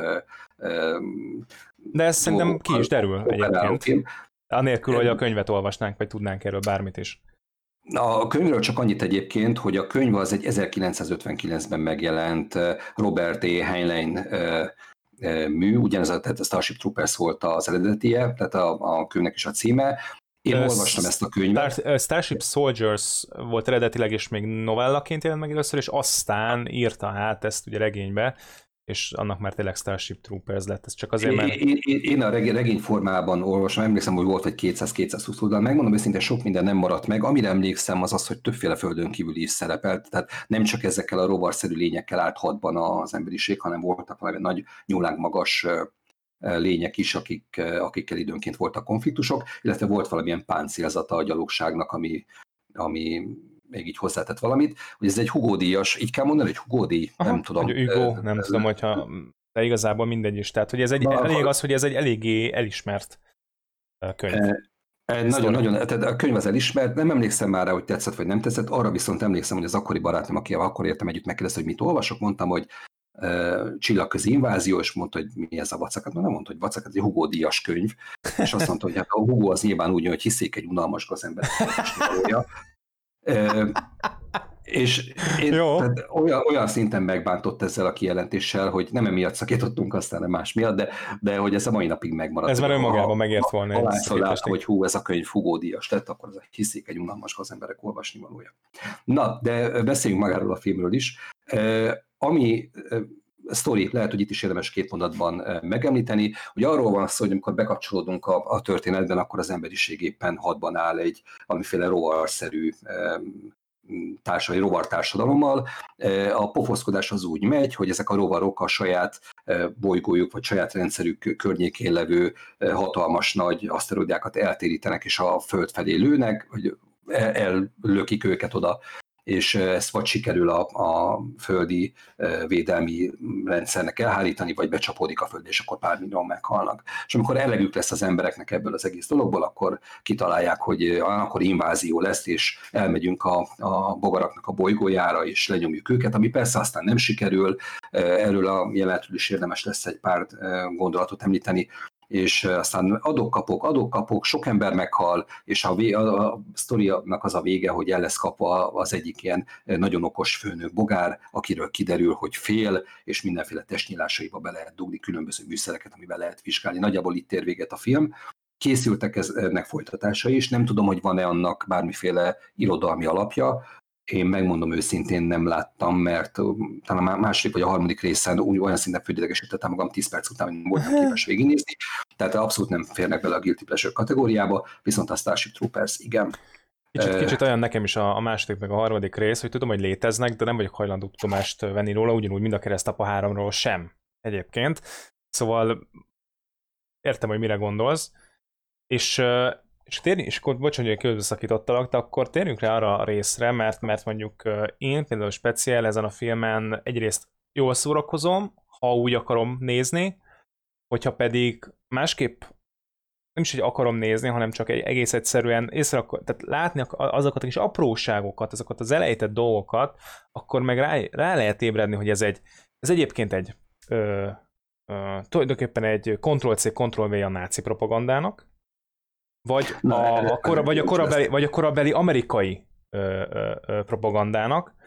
de ez szerintem ki is derül egyébként. Anélkül, hogy a könyvet olvasnánk, vagy tudnánk erről bármit is. A könyvről csak annyit egyébként, hogy a könyv az egy 1959-ben megjelent Robert E. Heinlein mű, ugyanez a Starship Troopers volt az eredetie, tehát a könyvnek is a címe. Én olvastam ezt a könyvet. Starship Soldiers volt eredetileg, és még novellaként jelent meg először, és aztán írta át ezt ugye regénybe, és annak már tényleg Starship Troopers lett. Ez csak azért, mert... Én a regény formában olvasom, emlékszem, hogy volt, hogy 200-220 oldal. Megmondom őszintén, sok minden nem maradt meg. Amire emlékszem, az, hogy többféle földön kívüli is szerepelt. Tehát nem csak ezekkel a rovarszerű lényekkel állt hadban az emberiség, hanem voltak valami nagy nyúlágmagas lények is, akikkel időnként voltak konfliktusok, illetve volt valamilyen páncélzata a gyalogságnak, ami még így hozzátett valamit, hogy ez egy Hugo díjas, így kell mondani, hogy Hugo díj, nem tudom. Hugo, nem tudom, hogyha de igazából mindegy is. Tehát, hogy ez egy, elég az, hogy ez egy eléggé elismert könyv. Nagyon-nagyon, tehát a könyv az elismert, nem emlékszem már rá, hogy tetszett vagy nem tetszett, arra viszont emlékszem, hogy az akkori barátom, akivel akkor értem együtt, megkérdezte, hogy mit olvasok, mondtam, hogy Csillagközi invázió, és mondta, hogy mi ez a vacakat, nem mondta, hogy vacakat, ez egy Hugo díjas könyv, és azt mondta, hogy hát a Hugo az nyilván úgy, hogy hiszék egy unalmas gazember valója. És én tehát olyan szinten megbántott ezzel a kijelentéssel, hogy nem emiatt szakítottunk, aztán nem más miatt, de hogy ez a mai napig megmaradt. Ez már önmagában megért volna. Ha látta, hogy ez a könyv Hugo díjas lett, akkor ez hiszék egy unalmas gazemberek olvasni valója. Na, de beszéljünk magáról a filmről is. Ami sztori, lehet, hogy itt is érdemes 2 mondatban megemlíteni, hogy arról van szó, hogy amikor bekapcsolódunk a történetben, akkor az emberiség éppen hadban áll egy valamiféle rovarszerű rovartársadalommal. A pofoszkodás az úgy megy, hogy ezek a rovarok a saját bolygójuk vagy saját rendszerük környékén levő hatalmas nagy aszteroidákat eltérítenek, és a Föld felé lőnek, vagy ellökik őket oda, és ezt vagy sikerül a földi védelmi rendszernek elhárítani, vagy becsapódik a föld, és akkor pár millióan meghalnak. És amikor elegük lesz az embereknek ebből az egész dologból, akkor kitalálják, hogy akkor invázió lesz, és elmegyünk a bogaraknak a bolygójára, és lenyomjuk őket, ami persze aztán nem sikerül. Erről a jelenetről is érdemes lesz egy pár gondolatot említeni, és aztán adok-kapok, sok ember meghal, és a sztorinak az a vége, hogy el lesz kapva az egyik ilyen nagyon okos főnök bogár, akiről kiderül, hogy fél, és mindenféle testnyílásaiba be lehet dugni különböző műszereket, amiben lehet vizsgálni. Nagyjából itt ér véget a film. Készültek ennek folytatásai is, nem tudom, hogy van-e annak bármiféle irodalmi alapja. Én megmondom őszintén, nem láttam, mert talán a második vagy a harmadik részen olyan szinten fölidegesítettem magam 10 perc után, hogy nem voltam képes végignézni, tehát abszolút nem férnek bele a Guilty Pleasure kategóriába, viszont a Starship Troopers igen. Kicsit olyan nekem is a második meg a harmadik rész, hogy tudom, hogy léteznek, de nem vagyok hajlandó tudomást venni róla, ugyanúgy mind a Keresztapa 3-ról sem egyébként. Szóval értem, hogy mire gondolsz, és akkor bocsánat, hogy közbeszakítottalak, de akkor térjünk rá arra a részre, mert mondjuk én például speciál ezen a filmen egyrészt jól szórakozom, ha úgy akarom nézni, hogyha pedig másképp nem is, hogy akarom nézni, hanem csak egész egyszerűen tehát látni azokat a kis apróságokat, azokat az elejtett dolgokat, akkor meg rá lehet ébredni, hogy ez egyébként egy tulajdonképpen egy Ctrl-C, Ctrl-V a náci propagandának, vagy a korabeli amerikai propagandának.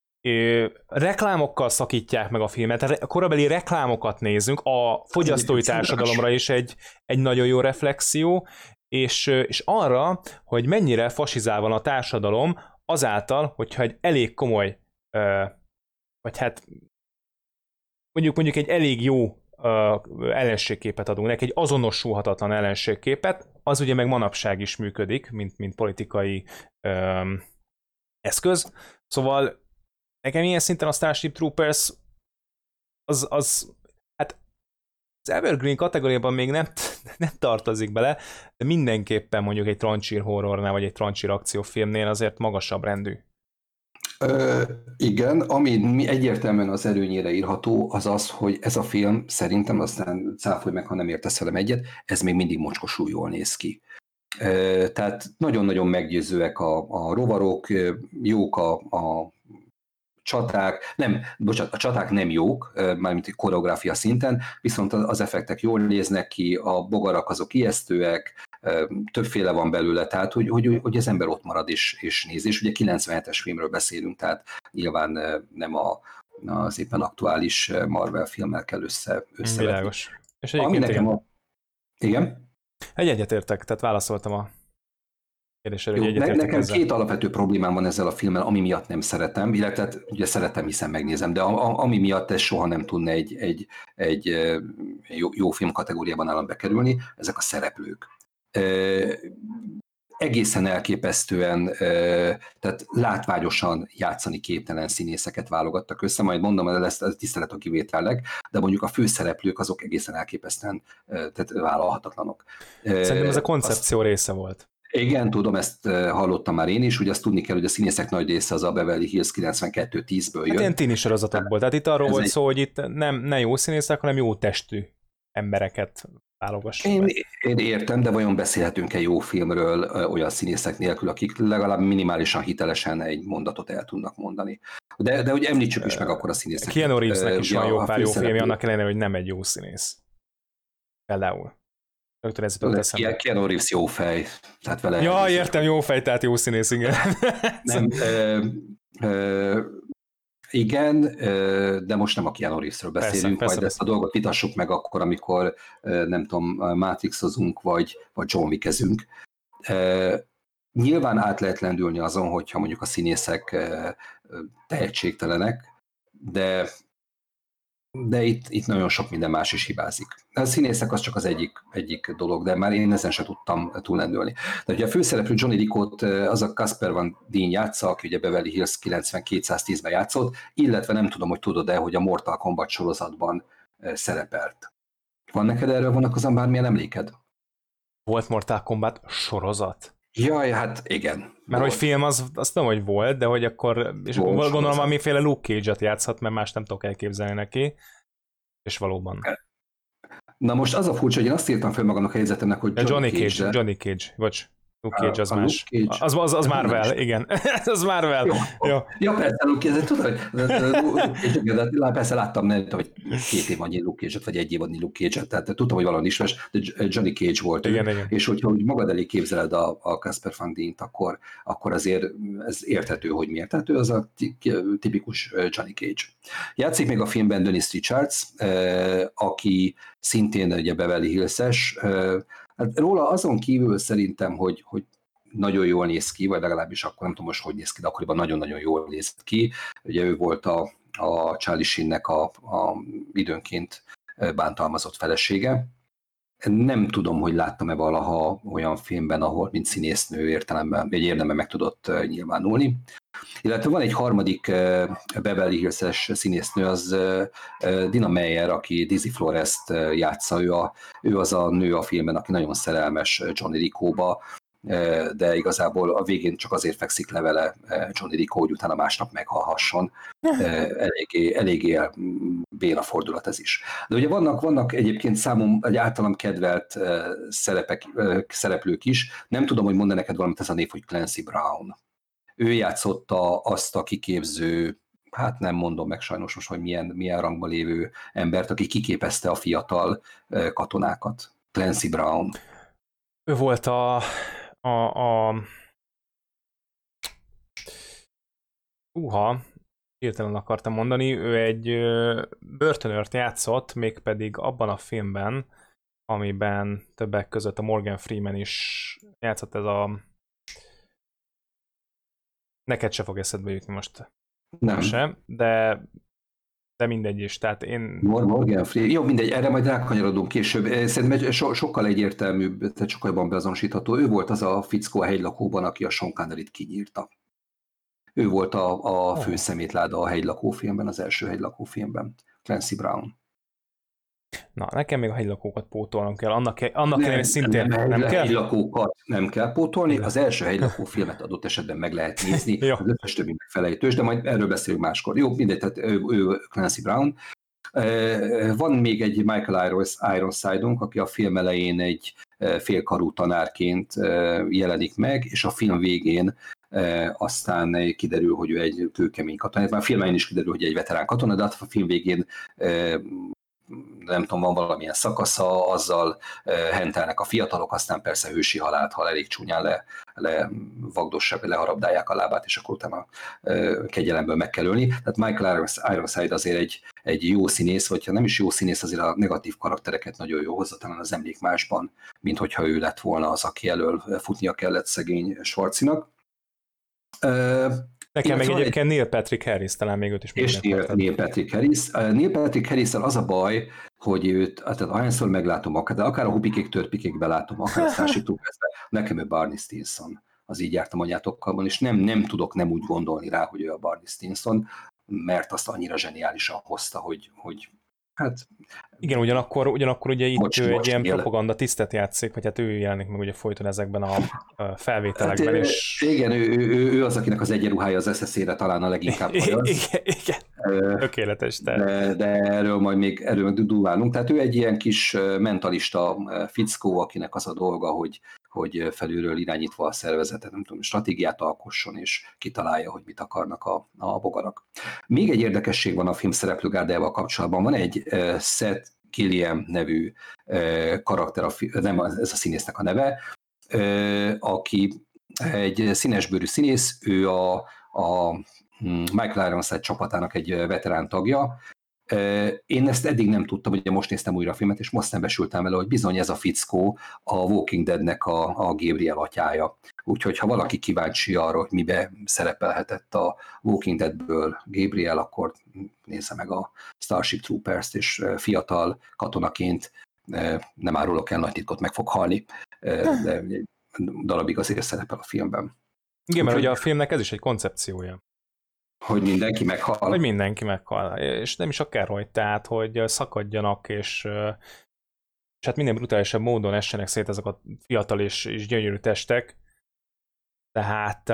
Reklámokkal szakítják meg a filmet, a korabeli reklámokat nézzünk, a fogyasztói társadalomra is egy nagyon jó reflexió, és arra, hogy mennyire fasizál van a társadalom azáltal, hogyha egy elég komoly, vagy hát mondjuk egy elég jó ellenségképet adunk neki, egy azonosulhatatlan ellenségképet, az ugye meg manapság is működik, mint politikai eszköz. Szóval nekem ilyen szinten a Starship Troopers hát az Evergreen kategóriában még nem tartozik bele, de mindenképpen mondjuk egy Tranchir horrornál, vagy egy Tranchir akciófilmnél azért magasabb rendű. Igen, ami egyértelműen az előnyére írható, az az, hogy ez a film szerintem, aztán cáfolj meg, ha nem értesz velem egyet, ez még mindig mocskosul jól néz ki. Tehát nagyon-nagyon meggyőzőek a rovarok, jók a csaták, a csaták nem jók, mármint koreográfia szinten, viszont az effektek jól néznek ki, a bogarak azok ijesztőek, többféle van belőle, tehát hogy az ember ott marad és néz, és ugye 97-es filmről beszélünk, tehát nyilván nem az éppen aktuális Marvel filmmel kell összevetni. Világos. És egyébként igen? Egyetértek, tehát válaszoltam a kérdésre, hogy nekem ezzel. 2 alapvető problémám van ezzel a filmmel, ami miatt nem szeretem, illetve ugye szeretem, hiszen megnézem, de ami miatt ez soha nem tudna egy jó film kategóriában állam bekerülni, ezek a szereplők. Egészen elképesztően, tehát látványosan játszani képtelen színészeket válogattak össze, majd mondom, hogy lesz tisztelet a kivételnek, de mondjuk a főszereplők azok egészen elképesztően tehát vállalhatatlanok. Szerintem ez a koncepció része volt. Igen, tudom, ezt hallottam már én is, ugye azt tudni kell, hogy a színészek nagy része az a Beverly Hills 92-10-ből Hát jön. ilyen tini sorozatokból. Tehát itt arról volt szó, hogy itt nem jó színészek, hanem jó testű embereket válogassuk be. Én értem, de vajon beszélhetünk-e jó filmről olyan színészek nélkül, akik legalább minimálisan hitelesen egy mondatot el tudnak mondani. De hogy említsük is meg akkor a színészeket. Keanu Reevesnek is van jó pár jó filmje, annak ellenére, hogy nem egy jó színész. Például. Keanu Reeves jó fej. Tehát vele ja, értem, jó fej, tehát jó színész, igen. Nem, igen, de most nem a Keanu Reevesről beszélünk, majd ezt a dolgot vitassuk meg akkor, amikor nem tudom, Matrixozunk, vagy John Wickezünk. Nyilván át lehet lendülni azon, hogyha mondjuk a színészek tehetségtelenek, de itt nagyon sok minden más is hibázik. A színészek az csak az egyik dolog, de már én ezen se tudtam túllendülni. De ugye a főszereplő Johnny Rickot az a Casper Van Dien játsza, aki ugye Beverly Hills 9210-ben játszott, illetve nem tudom, hogy tudod-e, hogy a Mortal Kombat sorozatban szerepelt. Van neked erről vonatkozóan bármilyen emléked? Volt Mortal Kombat sorozat? Jaj, hát igen. Mert volt. Hogy film, azt nem, hogy volt, de hogy akkor, és volt, gondolom sorozat. Valamiféle Luke Cage-et játszhat, mert más nem tudok elképzelni neki, és valóban. Na most az a furcsa, hogy én azt írtam fel magamnak a jegyzetemnek, hogy Johnny Cage, bocs. Luke Cage az más. Cage. Az Marvel, igen. Az Marvel. Jó. Ja, persze, Luke Cage, tudod, persze láttam, nem tudom, hogy 2 év annyi Luke Cage-et, vagy 1 év annyi Luke Cage-et, tehát tudtam, hogy valami ismeres, de Johnny Cage volt igen, ő. Igen. És hogyha magad elé képzeled a Casper Van Dient, akkor azért ez érthető, hogy miért. Tehát ő az a tipikus Johnny Cage. Játszik még a filmben Dennis Richards, aki szintén ugye Beverly Hills-es. Hát róla azon kívül szerintem, hogy nagyon jól néz ki, vagy legalábbis akkor nem tudom most, hogy néz ki, de akkoriban nagyon-nagyon jól nézett ki. Ugye ő volt a Charlie Sheennek a időnként bántalmazott felesége. Nem tudom, hogy láttam-e valaha olyan filmben, ahol mint színésznő értelemben, egy érdemben meg tudott nyilvánulni. Illetve van egy harmadik Beverly Hills-es színésznő, az Dina Meyer, aki Dizzy Flores-t játsza, ő az a nő a filmben, aki nagyon szerelmes Johnny Riccóba, de igazából a végén csak azért fekszik le vele Johnny Riccó, hogy utána másnap meghalhasson. Eléggé béna fordulat ez is. De ugye vannak egyébként egy általam kedvelt szereplők is. Nem tudom, hogy mondd neked valamit ez a név, hogy Clancy Brown. Ő játszotta azt a kiképző, hát nem mondom meg sajnos most, hogy milyen rangban lévő embert, aki kiképezte a fiatal katonákat. Clancy Brown. Ő volt hirtelen akartam mondani, ő egy börtönőrt játszott, mégpedig abban a filmben, amiben többek között a Morgan Freeman is játszott, ez a... Neked se fog eszedbe jutni most. Nem. Sem, de mindegy is, tehát én... Morgan Freeman, jó, mindegy, erre majd rákanyarodunk később. Szerintem sokkal egyértelműbb, tehát sokkal jobban beazonosítható. Ő volt az a fickó a hegylakóban, aki a Sean Conneryt kinyírta. Ő volt a fő szemétláda a hegylakó filmben, az első hegylakó filmben. Clancy Brown. Na, nekem még a hegylakókat pótolnom kell. Annak ellenére szintén nem kell? Hegylakókat nem kell pótolni. Az első hegylakó filmet adott esetben meg lehet nézni. Az összes többi megfelejtős, de majd erről beszélünk máskor. Jó, mindegy, tehát ő Clancy Brown. Van még egy Michael Ironside-unk, aki a film elején egy félkarú tanárként jelenik meg, és a film végén aztán kiderül, hogy ő egy kőkemény katona. Már a filmen is kiderül, hogy egy veterán katona, de a film végén nem tudom, van valamilyen szakasza, azzal hentelnek a fiatalok, aztán persze hősi halált hal, elég csúnyán leharabdálják a lábát, és akkor utána kegyelemből meg kell ölni. Tehát Michael Ironside azért egy jó színész, vagy ha nem is jó színész, azért a negatív karaktereket nagyon jó hozza, talán az Emlékmásban, mint hogyha ő lett volna az, aki elől futnia kellett szegény Schwarzinak. Nekem meg egyébként Neil Patrick Harris, talán még őt is és Neil Patrick Harris. Neil Patrick Harris-szel az a baj, hogy őt, tehát ahányszor meglátom, akár a Hupikék törpikékbe látom, akár a Starship-be, nekem ő Barney Stinson. Az Így jártam anyátokkal, és nem tudok nem úgy gondolni rá, hogy ő a Barney Stinson, mert azt annyira zseniálisan hozta, hogy Hát Igen, ugyanakkor ugye itt ő egy most ilyen él. propaganda tisztet játszik, vagy hát ő jelenik meg ugye folyton ezekben a Hát felvételekben, és igen, ő az, akinek az egyenruhája az SSZ-re talán a leginkább hajaz. igen, tökéletes, De erről meg dudulálunk. Tehát ő egy ilyen kis mentalista fickó, akinek az a dolga, hogy felülről irányítva a szervezetet, nem tudom, stratégiát alkosson, és kitalálja, hogy mit akarnak a bogarak. Még egy érdekesség van a film szereplőgárdával kapcsolatban. Van egy Seth Gilliam nevű karakter, nem ez a színésznek a neve, aki egy színesbőrű színész, ő a Michael Ironside csapatának egy veterán tagja. Én ezt eddig nem tudtam, ugye most néztem újra a filmet, és most szembesültem vele, hogy bizony ez a fickó a Walking Deadnek a Gabriel atyája. Úgyhogy ha valaki kíváncsi arra, hogy mibe szerepelhetett a Walking Deadből Gabriel, akkor nézze meg a Starship Troopers-t, és fiatal katonaként nem árulok el nagy titkot, meg fog halni, de egy darabig azért szerepel a filmben. igen, mert ugye a filmnek ez is egy koncepciója. Hogy mindenki meghal. Hogy mindenki meghal, és nem is akárhogy, tehát, hogy szakadjanak, és hát minden brutálisabb módon essenek szét ezek a fiatal és gyönyörű testek. Tehát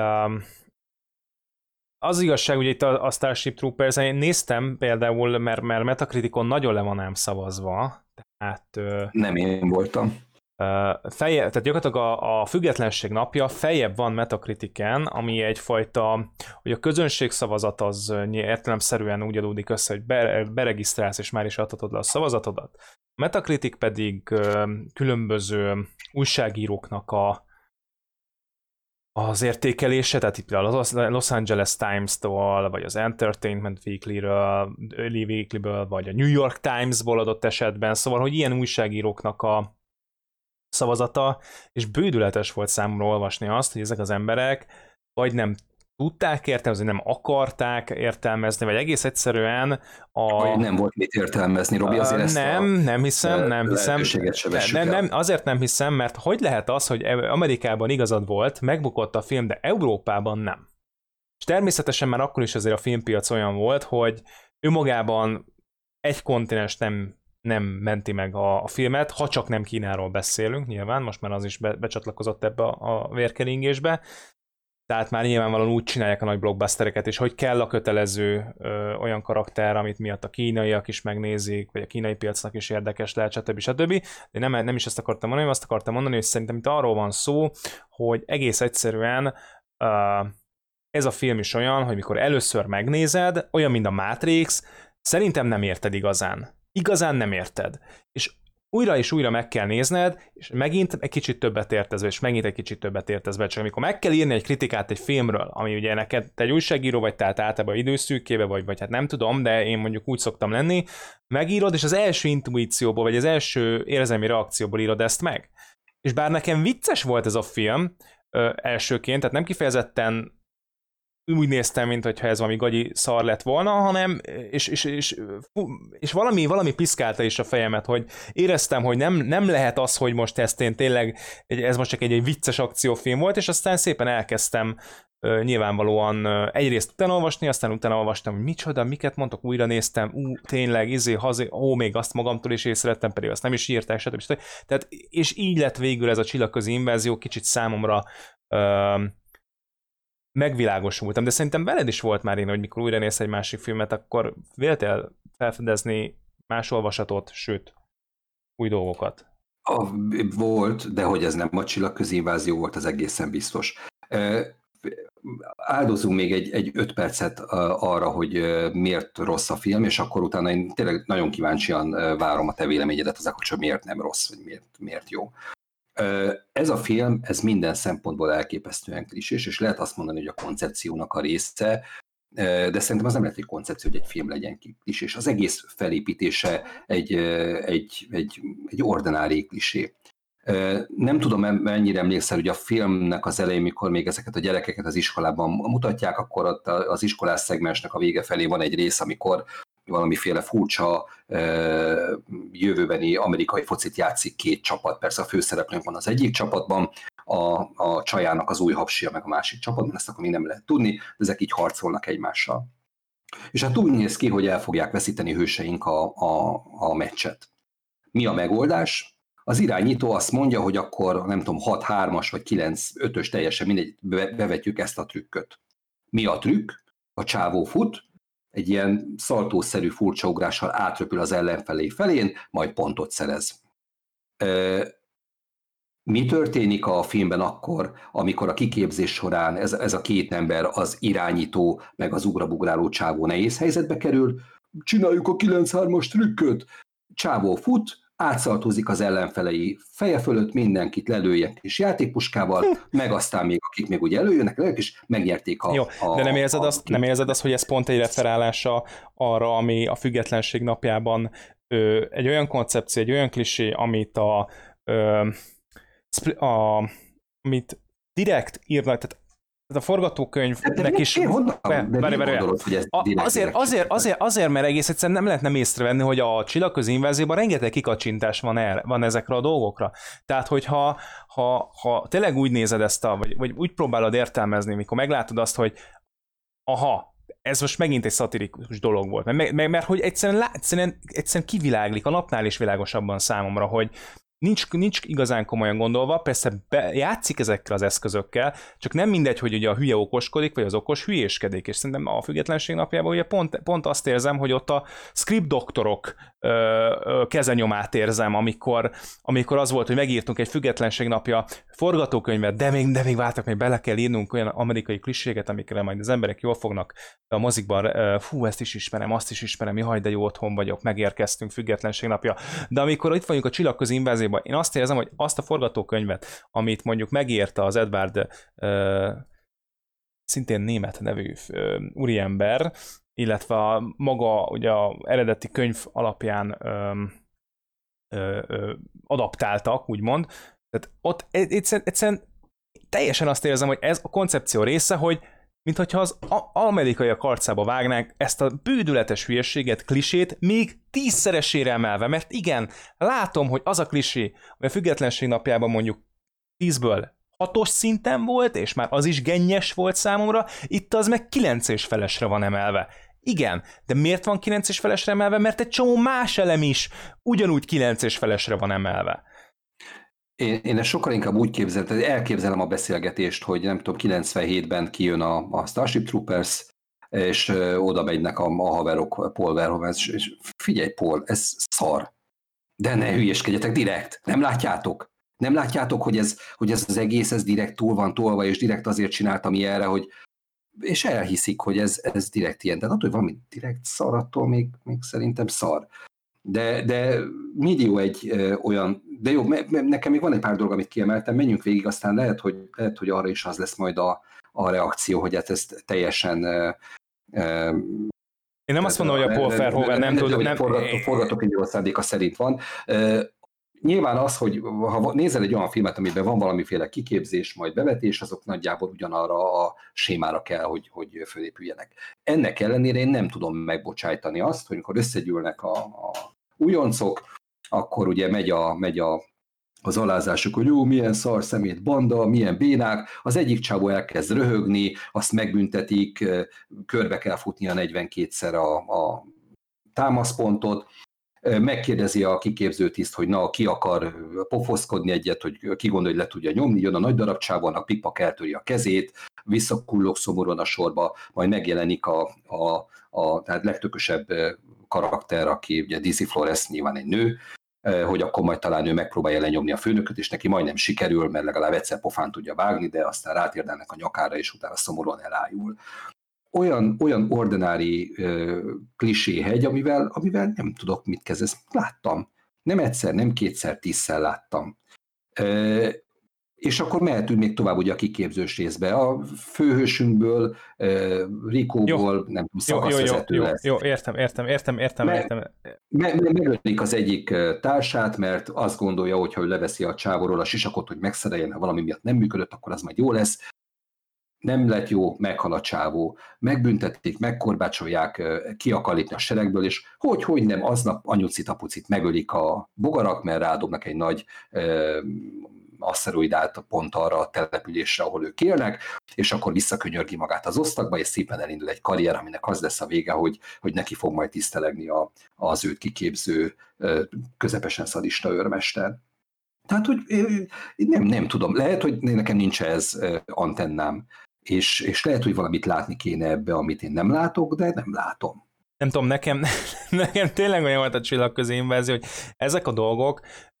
az igazság, ugye itt a Starship Troopers, én néztem például, mert Metacriticon nagyon le van ám szavazva, tehát nem én voltam. Tehát gyakorlatilag a függetlenség napja feljebb van Metacritiken, ami egyfajta, hogy a közönség szavazat az értelemszerűen úgy adódik össze, hogy beregisztrálsz és már is adhatod le a szavazatodat. A Metacritic pedig különböző újságíróknak az értékelése, tehát itt a Los Angeles Times-tól, vagy az Entertainment Weekly-ből, vagy a New York Times-ból adott esetben, szóval, hogy ilyen újságíróknak a szavazata, és bődületes volt számomra olvasni azt, hogy ezek az emberek vagy nem tudták értelmezni, nem akarták értelmezni, vagy egész egyszerűen Vagy nem volt mit értelmezni, Robi, azért ezt nem hiszem. Azért nem hiszem, mert hogy lehet az, hogy Amerikában igazad volt, megbukott a film, de Európában nem. És természetesen már akkor is azért a filmpiac olyan volt, hogy ő magában egy kontinens nem menti meg a filmet, ha csak nem Kínáról beszélünk, nyilván, most már az is becsatlakozott ebbe a vérkeringésbe, tehát már nyilvánvalóan úgy csinálják a nagy blockbustereket, és hogy kell a kötelező olyan karakter, amit miatt a kínaiak is megnézik, vagy a kínai piacnak is érdekes lehet, stb. De nem is ezt akartam mondani, azt akartam mondani, hogy szerintem itt arról van szó, hogy egész egyszerűen ez a film is olyan, hogy mikor először megnézed, olyan, mint a Matrix, szerintem nem érted igazán. Igazán nem érted. És újra meg kell nézned, és megint egy kicsit többet értesz, és megint egy kicsit többet értesz be. Csak amikor meg kell írni egy kritikát egy filmről, ami ugye neked te egy újságíró vagy, tehát általában időszűkébe vagy hát nem tudom, de én mondjuk úgy szoktam lenni, megírod, és az első intuícióból, vagy az első érzelmi reakcióból írod ezt meg. És bár nekem vicces volt ez a film elsőként, tehát nem kifejezetten úgy néztem, mintha ez valami gagyi szar lett volna, hanem, és valami piszkálta is a fejemet, hogy éreztem, hogy nem lehet az, hogy most ezt én tényleg, ez most csak egy vicces akciófilm volt, és aztán szépen elkezdtem nyilvánvalóan egyrészt utána olvasni, aztán utána olvastam, hogy micsoda, miket mondtak, újra néztem, tényleg, még azt magamtól is észrevettem, pedig azt nem is írták, stb. Tehát, és így lett végül ez a csillagközi invázió, kicsit számomra megvilágosultam, de szerintem veled is volt már én, hogy mikor újra nézsz egy másik filmet, akkor véltél felfedezni más olvasatot, sőt, új dolgokat. Volt, de hogy ez nem a csillagközi invázió volt, az egészen biztos. Áldozunk még egy 5 percet arra, hogy miért rossz a film, és akkor utána én tényleg nagyon kíváncsian várom a te véleményedet az hogy miért nem rossz, vagy miért jó. Ez a film, ez minden szempontból elképesztően klisés, és lehet azt mondani, hogy a koncepciónak a része, de szerintem az nem lehet egy koncepció, hogy egy film legyen klisés. Az egész felépítése egy ordinári klisé. Nem tudom, mennyire emlékszel, hogy a filmnek az elején, mikor még ezeket a gyerekeket az iskolában mutatják, akkor ott az iskolás szegmensnek a vége felé van egy rész, amikor valamiféle furcsa jövőbeni amerikai focit játszik 2 csapat. Persze a főszereplőnk van az egyik csapatban, a csajának az új hapsia meg a másik csapatban, ezt akkor még nem lehet tudni, de ezek így harcolnak egymással. És hát úgy néz ki, hogy el fogják veszíteni hőseink a meccset. Mi a megoldás? Az irányító azt mondja, hogy akkor nem tudom, 6-3-as vagy 9-5-ös, teljesen mindegy, bevetjük ezt a trükköt. Mi a trükk? A csávó fut, egy ilyen szaltószerű furcsaugrással átröpül az ellenfelé felén, majd pontot szerez. Mi történik a filmben akkor, amikor a kiképzés során ez a két ember, az irányító, meg az ugrabugráló csávó nehéz helyzetbe kerül? Csináljuk a 9-3-as trükköt! Csávó fut, átszaltózik az ellenfelei feje fölött, mindenkit lelőjek kis játékpuskával, meg aztán még akik még ugye előjönnek, és megnyerték Jó, de nem érzed azt, hogy ez pont egy referálása arra, ami a Függetlenség napjában egy olyan koncepció, egy olyan klisé, amit direkt írnak, tehát a forgatókönyvnek is... Azért, mert egész egyszerűen nem lehetne észrevenni, hogy a Csillagközi invázióban rengeteg kikacsintás van ezekre a dolgokra. Tehát, hogyha tényleg úgy nézed ezt, vagy úgy próbálod értelmezni, mikor meglátod azt, hogy aha, ez most megint egy szatirikus dolog volt, mert hogy egyszerűen kiviláglik, a napnál is világosabban számomra, hogy nincs igazán komolyan gondolva, persze játszik ezekkel az eszközökkel, csak nem mindegy, hogy ugye a hülye okoskodik, vagy az okos hülyéskedik, és szerintem a Függetlenség napjában ugye pont azt érzem, hogy ott a script doktorok kezenyomát érzem, amikor az volt, hogy megírtunk egy Függetlenség napja forgatókönyvet, de még vártak, még bele kell írnunk olyan amerikai kliséget, amikre majd az emberek jól fognak a mozikban, ezt is ismerem, azt is ismerem, jaj, de jó, otthon vagyok, megérkeztünk, Függetlenség napja. De amikor itt vagyunk a Csillagközi invázióban, én azt érzem, hogy azt a forgatókönyvet, amit mondjuk megírta az Edward szintén német nevű úriember, illetve maga ugye a eredeti könyv alapján adaptáltak, úgymond. Tehát ott egyszerűen teljesen azt érzem, hogy ez a koncepció része, hogy minthogyha az amerikaiak arcába vágnánk ezt a bődületes hülyeséget, klisét még 10-szeresére emelve, mert igen, látom, hogy az a klisé, ami a Függetlenség napjában mondjuk 10-ből 6-os szinten volt, és már az is gennyes volt számomra, itt az meg 9 és felesre van emelve. Igen, de miért van 9 és felesre emelve? Mert egy csomó más elem is ugyanúgy 9 és felesre van emelve. Én ezt sokkal inkább úgy elképzelem a beszélgetést, hogy nem tudom, 97-ben kijön a Starship Troopers, és oda megynek a haverok Paul Verhoeven, és figyelj Paul, ez szar. De ne hülyeskedjetek direkt, nem látjátok? Nem látjátok, hogy ez az egész, ez direkt túl van tolva, és direkt azért csináltam ilyenre, hogy és elhiszik, hogy ez direkt ilyen. De attól, hogy valami direkt szar, attól még szerintem szar. De millió egy olyan, de jó, nekem még van egy pár dolog, amit kiemeltem, menjünk végig, aztán lehet, hogy arra is az lesz majd a reakció, hogy hát ez teljesen... Én nem azt mondom, hogy a Paul Verhoeven nem tud... Forgatókönyv szándéka szerint van. Nyilván az, hogy ha nézel egy olyan filmet, amiben van valamiféle kiképzés, majd bevetés, azok nagyjából ugyanarra a sémára kell, hogy fölépüljenek. Ennek ellenére én nem tudom megbocsájtani azt, hogy amikor összegyűlnek a újoncok, akkor ugye megy az alázásuk, hogy jó, milyen szar szemét banda, milyen bénák, az egyik csávó elkezd röhögni, azt megbüntetik, körbe kell futnia 42-szer a támaszpontot, megkérdezi a kiképző tiszt, hogy na, ki akar pofoszkodni egyet, hogy ki gondolja, hogy le tudja nyomni, jön a nagy darab csávó, annak pikpak eltöri a kezét, visszakullog szomorúan a sorba, majd megjelenik a tehát legtökösebb karakter, aki ugye Dizzy Flores, nyilván egy nő, hogy akkor majd talán ő megpróbálja lenyomni a főnököt, és neki majdnem sikerül, mert legalább egyszer pofán tudja vágni, de aztán rátérdelnek a nyakára, és utána szomorúan elájul. Olyan ordinári kliséhegy, amivel nem tudok mit kezdeni. Láttam. Nem egyszer, nem kétszer, 10-szer láttam. És akkor mehetünk még tovább ugye a kiképzős részbe. A főhősünkből, Rikóból, nem tudom, szakaszvezető lesz. Jó, értem. Megölik az egyik társát, mert azt gondolja, hogy ha ő leveszi a csávóról a sisakot, hogy megszereljen, ha valami miatt nem működött, akkor az majd jó lesz. Nem lett jó, meghal a csávó, megbüntették, megkorbácsolják, ki akar lépni a seregből, és hogy nem, aznap anyucit-apucit megölik a bogarak, mert rádobnak egy nagy aszteroidát pont arra a településre, ahol ők élnek, és akkor visszakönyörgi magát az osztagba, és szépen elindul egy karrier, aminek az lesz a vége, hogy neki fog majd tisztelegni az őt kiképző közepesen szadista őrmester. Tehát, hogy nem tudom, lehet, hogy nekem nincs ez antennám, és lehet, hogy valamit látni kéne ebbe, amit én nem látok, de nem látom. Nem tudom, nekem tényleg olyan volt a Csillagközi invázió, hogy ezek a dolgok,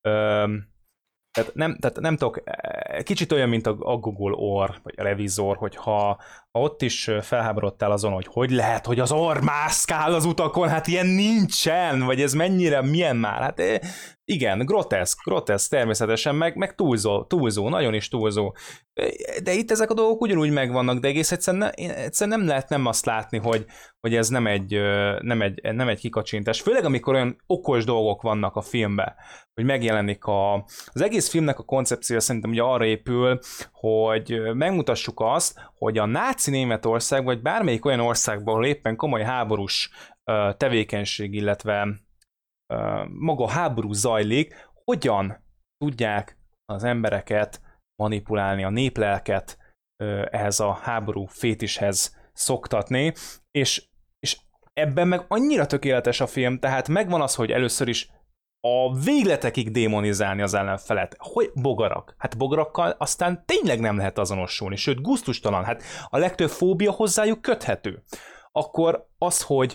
tehát nem tudok, kicsit olyan, mint a Google Orr, vagy a Revizor, hogy ha ott is felháborodtál azon, hogy lehet, hogy az orr mászkál az utakon, hát ilyen nincsen, vagy ez mennyire, milyen már, hát igen, groteszk természetesen, meg túlzó, nagyon is túlzó. De itt ezek a dolgok ugyanúgy megvannak, de egész egyszerűen nem lehet nem azt látni, hogy ez nem egy kikacsintás. Főleg, amikor olyan okos dolgok vannak a filmben, hogy megjelenik az egész filmnek a koncepciója szerintem ugye arra épül, hogy megmutassuk azt, hogy a náci Németország, vagy bármelyik olyan országban, ahol éppen komoly háborús tevékenység, illetve maga a háború zajlik, hogyan tudják az embereket manipulálni, a néplelket ehhez a háború fétishez szoktatni, és ebben meg annyira tökéletes a film, tehát megvan az, hogy először is a végletekig démonizálni az ellenfelet. Hogy bogarak? Hát bogarakkal aztán tényleg nem lehet azonosulni, sőt gusztustalan, hát a legtöbb fóbia hozzájuk köthető. Akkor az, hogy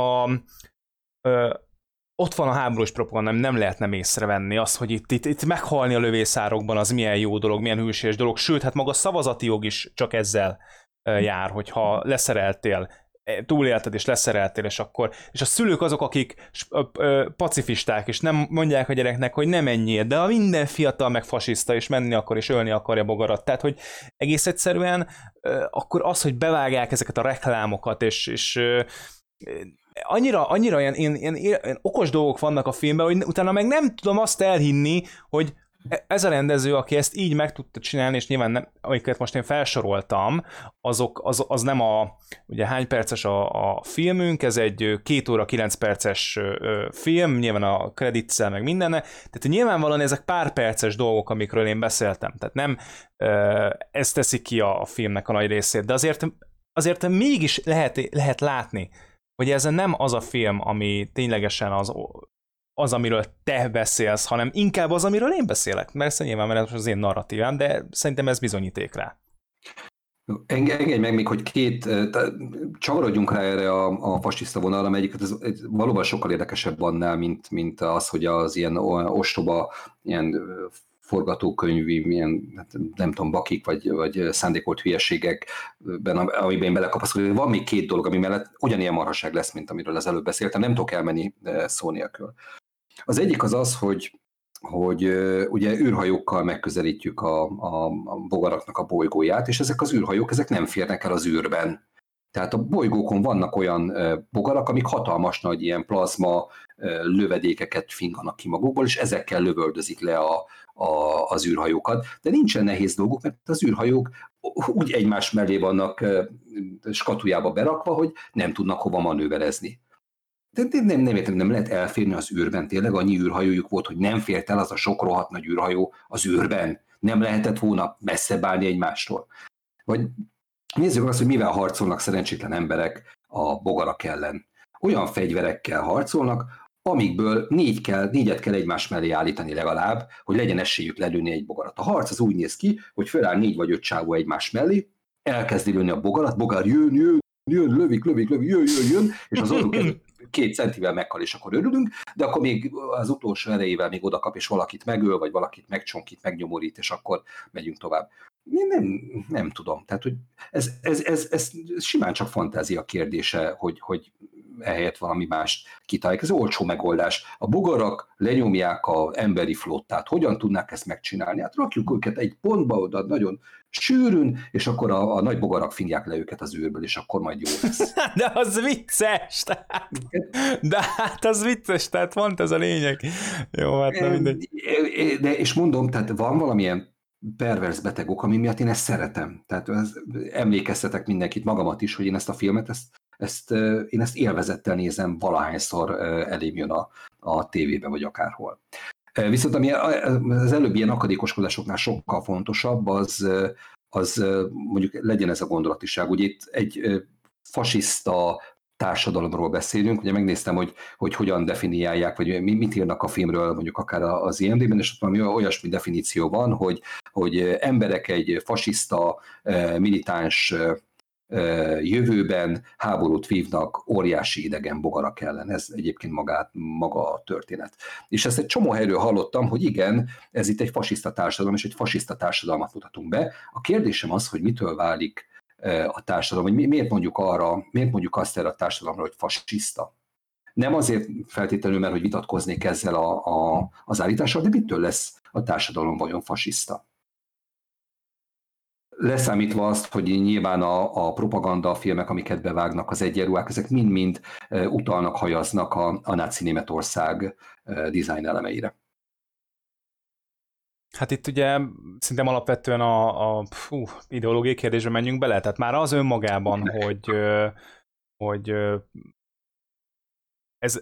ott van a háborús propaganda, nem lehet nem észrevenni az, hogy itt meghalni a lövészárokban az milyen jó dolog, milyen hűséges dolog, sőt, hát maga a szavazati jog is csak ezzel jár, hogyha leszereltél, túlélted és leszereltél, és a szülők azok, akik pacifisták, és nem mondják a gyereknek, hogy ne menjél, de a minden fiatal meg fasiszta, és menni akar, és ölni akarja bogarat. Tehát, hogy egész egyszerűen akkor az, hogy bevágják ezeket a reklámokat, és annyira ilyen okos dolgok vannak a filmben, hogy utána meg nem tudom azt elhinni, hogy ez a rendező, aki ezt így meg tudta csinálni, és nyilván nem, amiket most én felsoroltam, az nem ugye hány perces a filmünk, ez egy 2 óra 9 perces film, nyilván a kreditszel meg mindenne, tehát nyilvánvalóan ezek pár perces dolgok, amikről én beszéltem, tehát nem ez teszi ki a filmnek a nagy részét, de azért mégis lehet látni, hogy ez nem az a film, ami ténylegesen az, amiről te beszélsz, hanem inkább az, amiről én beszélek. Mert nyilván mert az én narratívám, de szerintem ez bizonyíték rá. Engedj meg még, hogy csavarodjunk rá erre a fasiszta vonalra, mert egyiket ez valóban sokkal érdekesebb annál, mint az, hogy az ilyen ostoba, ilyen forgatókönyvi, milyen, nem tudom, bakik, vagy szándékolt hülyeségekben, amiben én belekapaszkodom. Van még 2 dolog, ami mellett ugyanilyen marhaság lesz, mint amiről az előbb beszéltem, nem tudok elmenni szó nélkül. Az egyik az, hogy ugye űrhajókkal megközelítjük a bogaraknak a bolygóját, és ezek az űrhajók, ezek nem férnek el az űrben. Tehát a bolygókon vannak olyan bogarak, amik hatalmas nagy ilyen plazma lövedékeket finganak ki magukból, és ezekkel lövöldözik le az űrhajókat. De nincsen nehéz dolguk, mert az űrhajók úgy egymás mellé vannak skatujába berakva, hogy nem tudnak hova manőverezni. De nem értem, nem lehet elférni az űrben. Tényleg annyi űrhajójuk volt, hogy nem fért el az a sok rohadt nagy űrhajó az űrben. Nem lehetett volna messzebb állni egymástól. Vagy nézzük azt, hogy mivel harcolnak szerencsétlen emberek a bogarak ellen. Olyan fegyverekkel harcolnak, amikből 4-et kell egymás mellé állítani legalább, hogy legyen esélyük lelőni egy bogarat. A harc az úgy néz ki, hogy föláll 4 vagy 5 csávó egymás mellé, elkezdi lőni a bogarat, bogár jön, lövik, jön, és az orruk 2 centivel meghal, és akkor örülünk, de akkor még az utolsó erejével még odakap, és valakit megöl, vagy valakit megcsonkít, megnyomorít, és akkor megyünk tovább. Nem tudom. Tehát, hogy ez simán csak fantázia kérdése, hogy ehelyett valami mást kitalálják. Ez olcsó megoldás. A bogarak lenyomják az emberi flottát. Hogyan tudnák ezt megcsinálni? Hát rakjuk őket egy pontba oda nagyon sűrűn, és akkor a nagy bogarak fingják le őket az űrből, és akkor majd jó lesz. De az vicces! Az vicces, tehát pont ez a lényeg. Jó, hát nem mindegy. És mondom, tehát van valamilyen pervers beteg ok, ami miatt én ezt szeretem. Tehát emlékeztetek mindenkit, magamat is, hogy én ezt a filmet, én ezt élvezettel nézem, valahányszor elém jön a tévébe, vagy akárhol. Viszont ami az előbb ilyen akadékoskodásoknál sokkal fontosabb, az mondjuk legyen ez a gondolatiság. Ugye itt egy fasiszta társadalomról beszélünk, ugye megnéztem, hogy hogyan definiálják, vagy mit írnak a filmről, mondjuk akár az IMDb-ben, és ott valami olyasmi definíció van, hogy emberek egy fasiszta, militáns jövőben háborút vívnak óriási idegen bogarak ellen. Ez egyébként maga a történet. És ezt egy csomó helyről hallottam, hogy igen, ez itt egy fasiszta társadalom, és egy fasiszta társadalmat mutatunk be. A kérdésem az, hogy mitől válik a társadalom, hogy miért mondjuk azt erre a társadalomra, hogy fasiszta. Nem azért feltétlenül, mert hogy vitatkoznék ezzel az állítással, de mitől lesz a társadalom vajon fasiszta? Leszámítva azt, hogy nyilván a propaganda filmek, amiket bevágnak, az egyenruhák, ezek mind-mind utalnak, hajaznak a náci Németország design elemeire. Hát itt ugye szerintem alapvetően a ideológiai kérdésbe menjünk bele, tehát már az önmagában, hogy ez,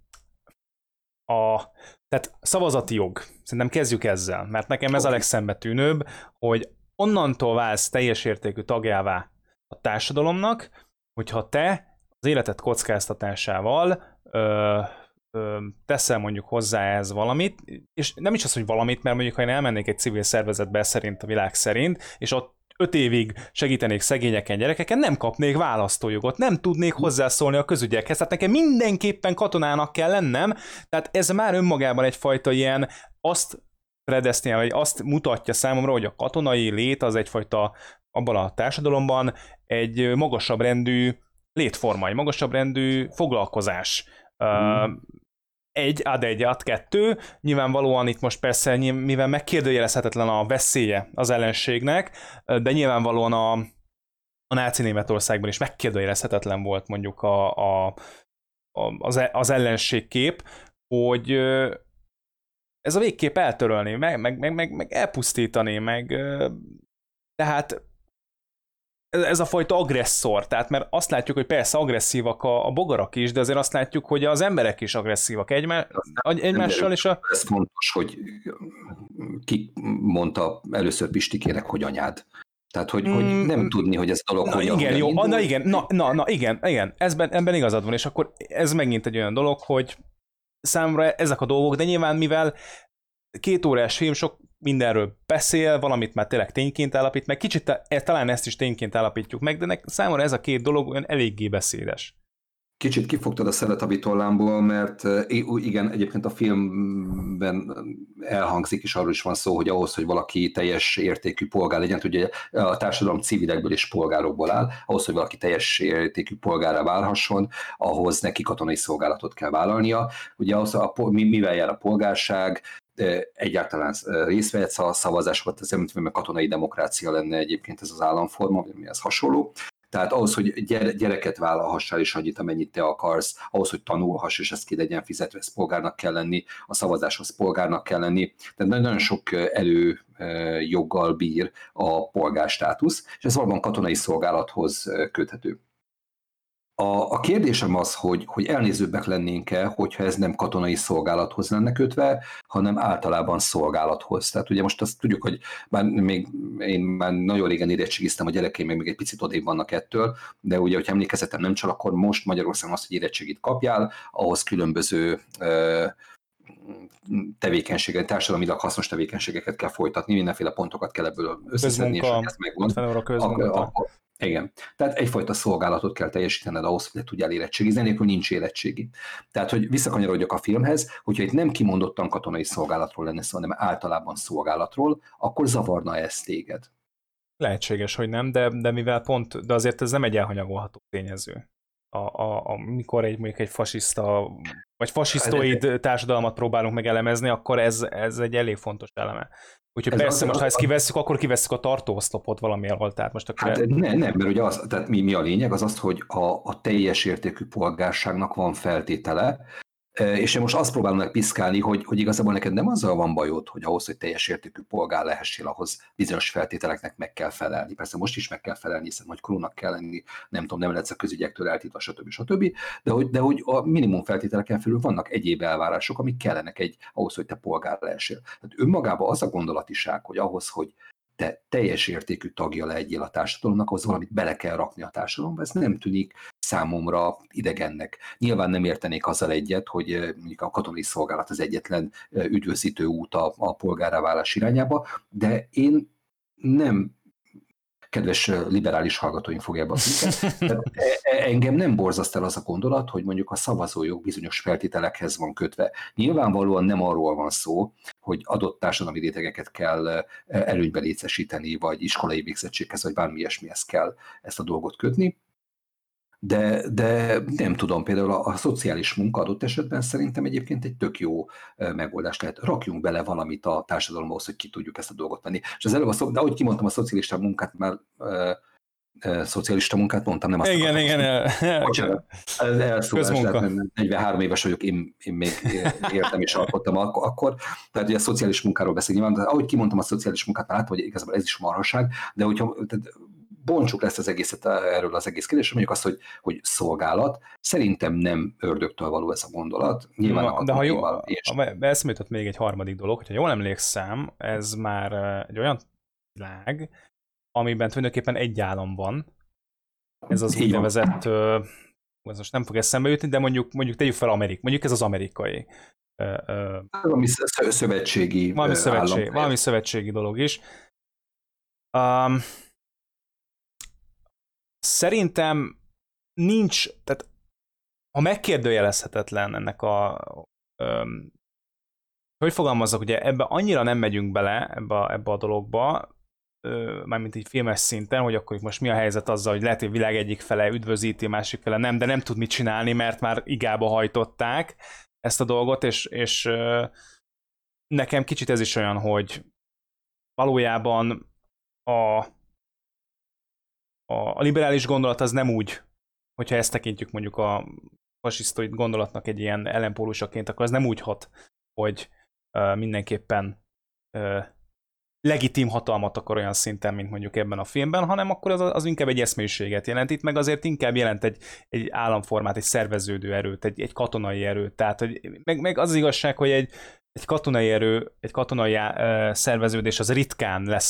tehát szavazati jog, szerintem kezdjük ezzel, mert nekem ez a legszembetűnőbb, hogy onnantól válsz teljes értékű tagjává a társadalomnak, hogyha te az életed kockáztatásával teszel mondjuk hozzá ez valamit, és nem is az, hogy valamit, mert mondjuk ha én elmennék egy civil szervezetbe szerint a világ szerint, és ott 5 évig segítenék szegényeken, gyerekeken, nem kapnék választójogot, nem tudnék hozzászólni a közügyekhez, tehát nekem mindenképpen katonának kell lennem, tehát ez már önmagában egyfajta ilyen azt predesztinál, vagy azt mutatja számomra, hogy a katonai lét az egyfajta abban a társadalomban egy magasabb rendű létforma, egy magasabb rendű foglalkozás. Ad 1, ad 2, nyilvánvalóan itt most persze, mivel megkérdőjelezhetetlen a veszélye az ellenségnek, de nyilvánvalóan a náci Németországban is megkérdőjelezhetetlen volt mondjuk az ellenségkép, hogy ez a végképp eltörölni, meg elpusztítani, tehát ez a fajta agresszor, tehát mert azt látjuk, hogy persze agresszívak a bogarak is, de azért azt látjuk, hogy az emberek is agresszívak egymással, és Ez fontos, hogy ki mondta először Pistikérek, hogy anyád. Tehát, hogy nem tudni, hogy ez a dolog hogyan igen, jó, igen, ebben igazad van, és akkor ez megint egy olyan dolog, hogy számomra ezek a dolgok, de nyilván mivel 2 órás film sok mindenről beszél, valamit már tényleg tényként állapít meg, kicsit talán ezt is tényként állapítjuk meg, de számomra ez a 2 dolog olyan eléggé beszédes. Kicsit kifogtad a szelet a vitollámból, mert igen, egyébként a filmben elhangzik, és arról is van szó, hogy ahhoz, hogy valaki teljes értékű polgár legyen, ugye a társadalom civilekből és polgárokból áll, ahhoz, hogy valaki teljes értékű polgárrá válhasson, ahhoz neki katonai szolgálatot kell vállalnia. Ugye ahhoz, mivel jár a polgárság, egyáltalán részt vehetsz a szavazásokat, ez mint katonai demokrácia lenne egyébként ez az államforma, mihez hasonló. Tehát ahhoz, hogy gyereket vállalhassál is annyit, amennyit te akarsz, ahhoz, hogy tanulhass, és ezt ki legyen fizetve, ez polgárnak kell lenni, a szavazáshoz polgárnak kell lenni. Tehát nagyon sok előjoggal bír a polgárstátusz, és ez valóban katonai szolgálathoz köthető. A kérdésem az, hogy elnézőbbek lennénk-e, hogyha ez nem katonai szolgálathoz lenne kötve, hanem általában szolgálathoz. Tehát ugye most azt tudjuk, hogy én már nagyon régen érettségiztem, a gyerekeim még egy picit odébb vannak ettől, de ugye, hogyha emlékezetem nem csal, akkor most Magyarországon az, hogy érettségit kapjál, ahhoz különböző tevékenységet, társadalmilag hasznos tevékenységeket kell folytatni, mindenféle pontokat kell ebből összeszedni, és ez megvan. Igen. Tehát egyfajta szolgálatot kell teljesítened ahhoz, hogy le tudjál érettségizni, nélkül nincs érettségi. Tehát, hogy visszakanyarodjak a filmhez, hogyha itt nem kimondottan katonai szolgálatról lenne szó, hanem általában szolgálatról, akkor zavarna ez téged? Lehetséges, hogy nem, de mivel de azért ez nem egy elhanyagolható tényező. Mikor mondjuk egy fasiszta, vagy fasisztoid társadalmat próbálunk meg elemezni, akkor ez egy elég fontos eleme. Úgyhogy persze, most ha ezt kivesszük, akkor kivesszük a tartóoszlopot valamilyen, tehát most akkor... Hát nem, mert ugye tehát mi a lényeg, az, hogy a teljes értékű polgárságnak van feltétele, És én most azt próbálom meg piszkálni, hogy igazából neked nem azzal van bajod, hogy ahhoz, hogy teljes értékű polgár lehessél, ahhoz bizonyos feltételeknek meg kell felelni. Persze most is meg kell felelni, hiszen nagy krónak kell lenni, nem tudom, nem lehetsz a közügyektől eltiltva, stb. De hogy a minimum feltételeken felül vannak egyéb elvárások, amik kellenek ahhoz, hogy te polgár lehessél. Tehát önmagában az a gondolatiság, hogy ahhoz, hogy te teljes értékű tagja legyél a társadalomnak, ahhoz valamit bele kell rakni a társadalomba, ez nem tűnik számomra idegennek. Nyilván nem értenék azzal egyet, hogy mondjuk a katonai szolgálat az egyetlen üdvözítő út a polgárrá válás irányába, de én nem, kedves liberális hallgatóim fogják be engem nem borzaszt el az a gondolat, hogy mondjuk a szavazójog bizonyos feltételekhez van kötve. Nyilvánvalóan nem arról van szó, hogy adott társadalmi rétegeket kell előnybe létesíteni, vagy iskolai végzettséghez, vagy bármi ilyesmihez kell ezt a dolgot kötni. De nem tudom, például a szociális munka adott esetben szerintem egyébként egy tök jó megoldás lehet. Rakjunk bele valamit a társadalomhoz, hogy ki tudjuk ezt a dolgot venni. És az előbb, de ahogy kimondtam a szocialista munkát, már szocialista munkát mondtam, nem azt igen, igen. Bocsánat, elszólás, 43 éves vagyok, én még értem és alkottam akkor, tehát ugye a szociális munkáról beszélni van, de ahogy kimondtam a szociális munkát, már látom, hogy igazából ez is marhaság, de hogyha bontsuk lesz az egészet erről az egész kérdésről, mondjuk azt, hogy szolgálat, szerintem nem ördögtől való ez a gondolat. Nyilván de ha jó, eszembe jutott még egy harmadik dolog, hogyha jól emlékszem, ez már egy olyan világ, amiben tulajdonképpen egy állam van. Ez az úgynevezett, ez most nem fog eszembe jutni, de mondjuk tegyük fel mondjuk ez az amerikai. Valami szövetségi valami szövetségi dolog is. Szerintem nincs, tehát ha megkérdőjelezhetetlen ennek hogy fogalmazzak, ugye ebbe annyira nem megyünk bele ebbe a dologba, mármint így filmes szinten, hogy akkor most mi a helyzet azzal, hogy lehet, hogy a világ egyik fele üdvözíti, másik fele nem, de nem tud mit csinálni, mert már igába hajtották ezt a dolgot, és nekem kicsit ez is olyan, hogy valójában a liberális gondolat az nem úgy, hogyha ezt tekintjük mondjuk a fasisztoid gondolatnak egy ilyen ellenpólusaként, akkor az nem úgy hat, hogy mindenképpen legitim hatalmat akar olyan szinten, mint mondjuk ebben a filmben, hanem akkor az inkább egy eszmélyiséget jelent. Itt meg azért inkább jelent egy államformát, egy szerveződő erőt, egy katonai erőt. Tehát, hogy meg az igazság, hogy egy katonai erő, egy katonai szerveződés az ritkán lesz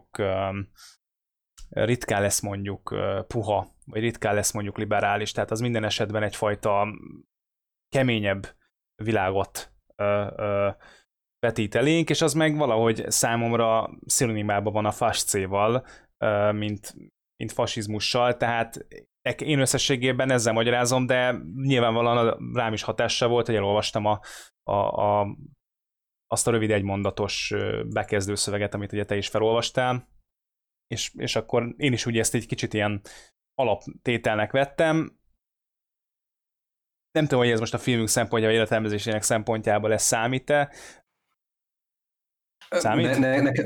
mondjuk puha, vagy ritkán lesz mondjuk liberális, tehát az minden esetben egyfajta keményebb világot vetít elénk, és az meg valahogy számomra szinonimában van a fascéval, mint fasizmussal, tehát én összességében ezzel magyarázom, de nyilvánvalóan rám is hatással volt, hogy elolvastam azt a rövid egymondatos bekezdő szöveget, amit ugye te is felolvastál, és akkor én is ugye ezt egy kicsit ilyen alaptételnek vettem. Nem tudom, hogy ez most a filmünk szempontjából, életelmezésének szempontjából ez számít-e. Számít?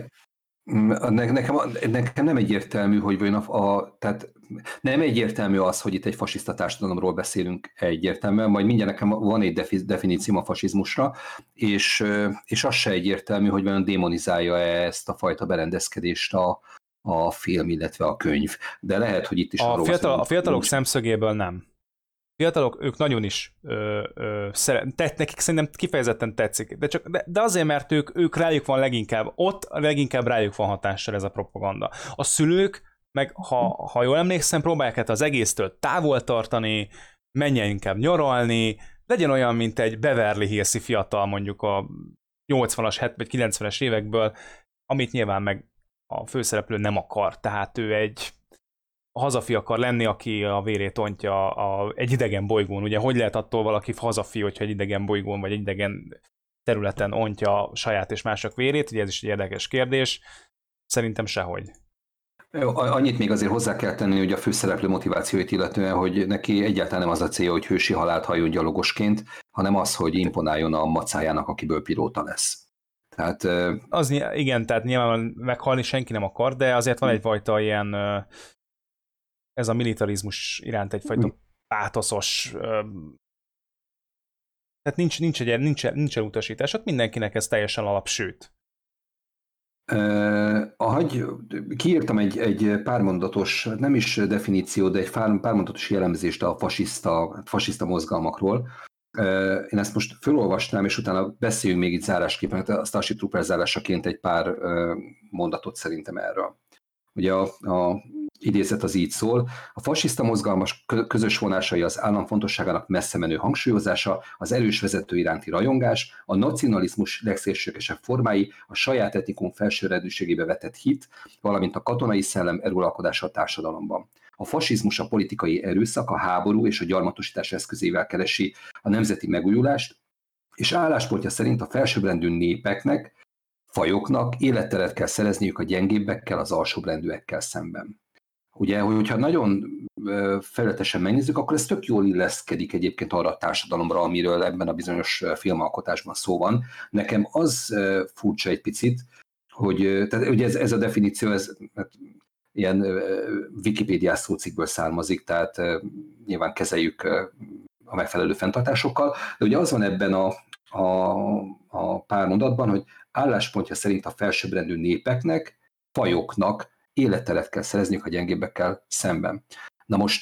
Nekem nem egyértelmű, hogy tehát nem egyértelmű az, hogy itt egy fasiszta társadalomról beszélünk egyértelműen, majd mindjárt nekem van egy definícióm a fasizmusra, és az se egyértelmű, hogy vajon démonizálja ezt a fajta berendezkedést a film, illetve a könyv. De lehet, hogy itt is a fiatalok szemszögéből nem. Fiatalok, ők nagyon is nekik szerintem kifejezetten tetszik, de azért, mert ők rájuk van leginkább rájuk van hatással ez a propaganda. A szülők, meg ha jól emlékszem, próbálják az egésztől távol tartani, menjen inkább nyaralni, legyen olyan, mint egy Beverly Hills-i fiatal mondjuk a 80-as, 70 vagy 90-es évekből, amit nyilván meg a főszereplő nem akar, tehát ő egy hazafi akar lenni, aki a vérét ontja egy idegen bolygón. Ugye hogy lehet attól valaki hazafi, hogyha egy idegen bolygón vagy egy idegen területen ontja saját és mások vérét? Ugye ez is egy érdekes kérdés. Szerintem sehogy. Annyit még azért hozzá kell tenni, hogy a főszereplő motivációit illetően, hogy neki egyáltalán nem az a célja, hogy hősi halált halljon gyalogosként, hanem az, hogy imponáljon a macájának, akiből pilóta lesz. Tehát, igen, tehát nyilván meghalni senki nem akar, de azért van egyfajta ilyen ez a militarizmus iránt egyfajta pátoszos, Tehát nincs utasítás, ott mindenkinek ez teljesen alap, sőt. Kiírtam egy pármondatos, nem is definíció, de egy pármondatos jellemzést a fasiszta mozgalmakról. Én ezt most felolvasnám, és utána beszéljünk még itt zárásképpen, a Starship Trooper zárásaként egy pár mondatot szerintem erről. Ugye a idézet az így szól: a fasiszta mozgalmas közös vonásai az állam fontosságának messze menő hangsúlyozása, az erős vezető iránti rajongás, a nacionalizmus legszélsőségesebb formái, a saját etnikum felsőrendűségébe vetett hit, valamint a katonai szellem erőalkodása a társadalomban. A fasizmus a politikai erőszak, a háború és a gyarmatosítás eszközével keresi a nemzeti megújulást, és álláspontja szerint a felsőbbrendű népeknek, fajoknak életteret kell szerezniük a gyengébbekkel, az alsóbbrendűekkel szemben. Ugye, hogyha nagyon felületesen megnézzük, akkor ez tök jól illeszkedik egyébként arra a társadalomra, amiről ebben a bizonyos filmalkotásban szó van. Nekem az furcsa egy picit, hogy tehát ugye ez a definíció, ez ilyen Wikipédiás szócikkből származik, tehát nyilván kezeljük a megfelelő fenntartásokkal, de ugye az van ebben a pár mondatban, hogy álláspontja szerint a felsőbbrendű népeknek, fajoknak életteret kell szerezniük a gyengébbekkel szemben. Na most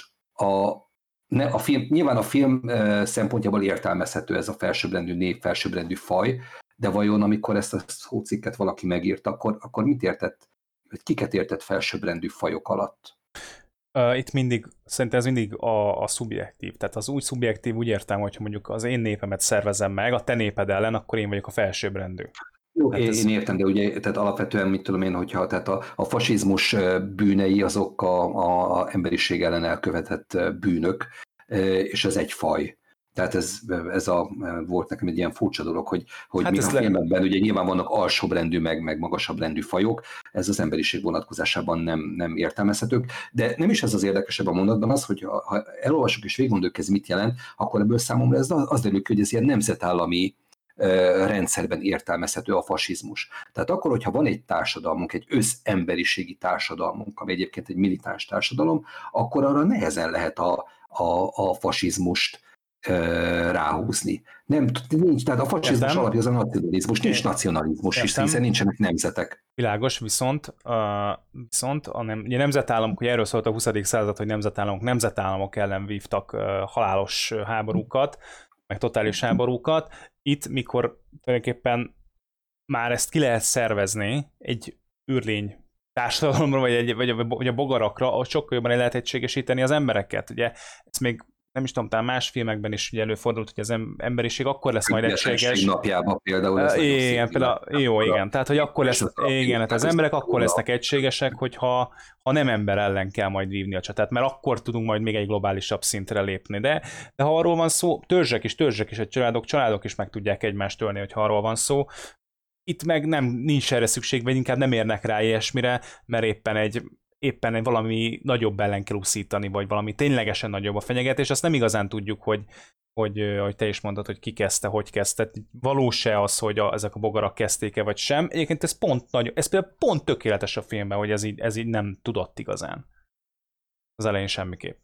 a film, nyilván a film szempontjából értelmezhető ez a felsőbbrendű nép, felsőbbrendű faj, de vajon amikor ezt a szócikket valaki megírt, akkor mit értett, vagy kiket értett felsőbbrendű fajok alatt? Szerintem ez mindig a szubjektív. Tehát az úgy szubjektív, úgy értem, hogyha mondjuk az én népemet szervezem meg, a te néped ellen, akkor én vagyok a felsőbbrendű. Jó, én értem, de ugye tehát alapvetően mit tudom én, hogyha tehát a fasizmus bűnei azok a emberiség ellen elkövetett bűnök, és ez egy faj. Tehát ez volt nekem egy ilyen furcsa dolog, hogy hát még a filmekben ugye nyilván vannak alsóbbrendű, meg magasabb rendű fajok, ez az emberiség vonatkozásában nem értelmezhetők, de nem is ez az érdekesebb a mondatban az, hogy ha elolvasok és végiggondoljuk, ez mit jelent, akkor ebből számomra ez az derül ki, hogy ez ilyen nemzetállami rendszerben értelmezhető a fasizmus. Tehát akkor, hogyha van egy társadalmunk, egy összemberiségi társadalmunk, ami egyébként egy militáns társadalom, akkor arra nehezen lehet a fasizmust ráhúzni. Nincs, tehát a fasizmus alapja az a nacionalizmus, nincs nacionalizmus, hiszen nincsenek nemzetek. Világos, viszont ugye nemzetállamok, ugye erről szólt a 20. század, hogy nemzetállamok ellen vívtak halálos háborúkat, meg totális háborúkat. Itt, mikor tulajdonképpen már ezt ki lehet szervezni egy űrlény társadalomra, vagy a bogarakra, ahol sokkal jobban lehet egységesíteni az embereket. Ugye ez még nem is tudom, talán más filmekben is ugye előfordult, hogy az emberiség akkor lesz majd egységes. Napjában például. Igen, például, jó, igen. Tehát, hogy akkor lesz, igen, hát az emberek akkor lesznek egységesek, hogyha nem ember ellen kell majd vívni a csatát, mert akkor tudunk majd még egy globálisabb szintre lépni. De ha arról van szó, törzsek is, egy családok is meg tudják egymást ölni, hogyha arról van szó. Itt meg nincs erre szükség, vagy inkább nem érnek rá ilyesmire, mert éppen egy valami nagyobb ellen kell úszítani, vagy valami ténylegesen nagyobb a fenyegetés, azt nem igazán tudjuk, hogy te is mondtad, hogy ki kezdte, hogy kezdte. Valós-e az, hogy ezek a bogarak kezdték-e, vagy sem. Egyébként ez például pont tökéletes a filmben, hogy ez így nem tudott igazán. Az elején semmiképp.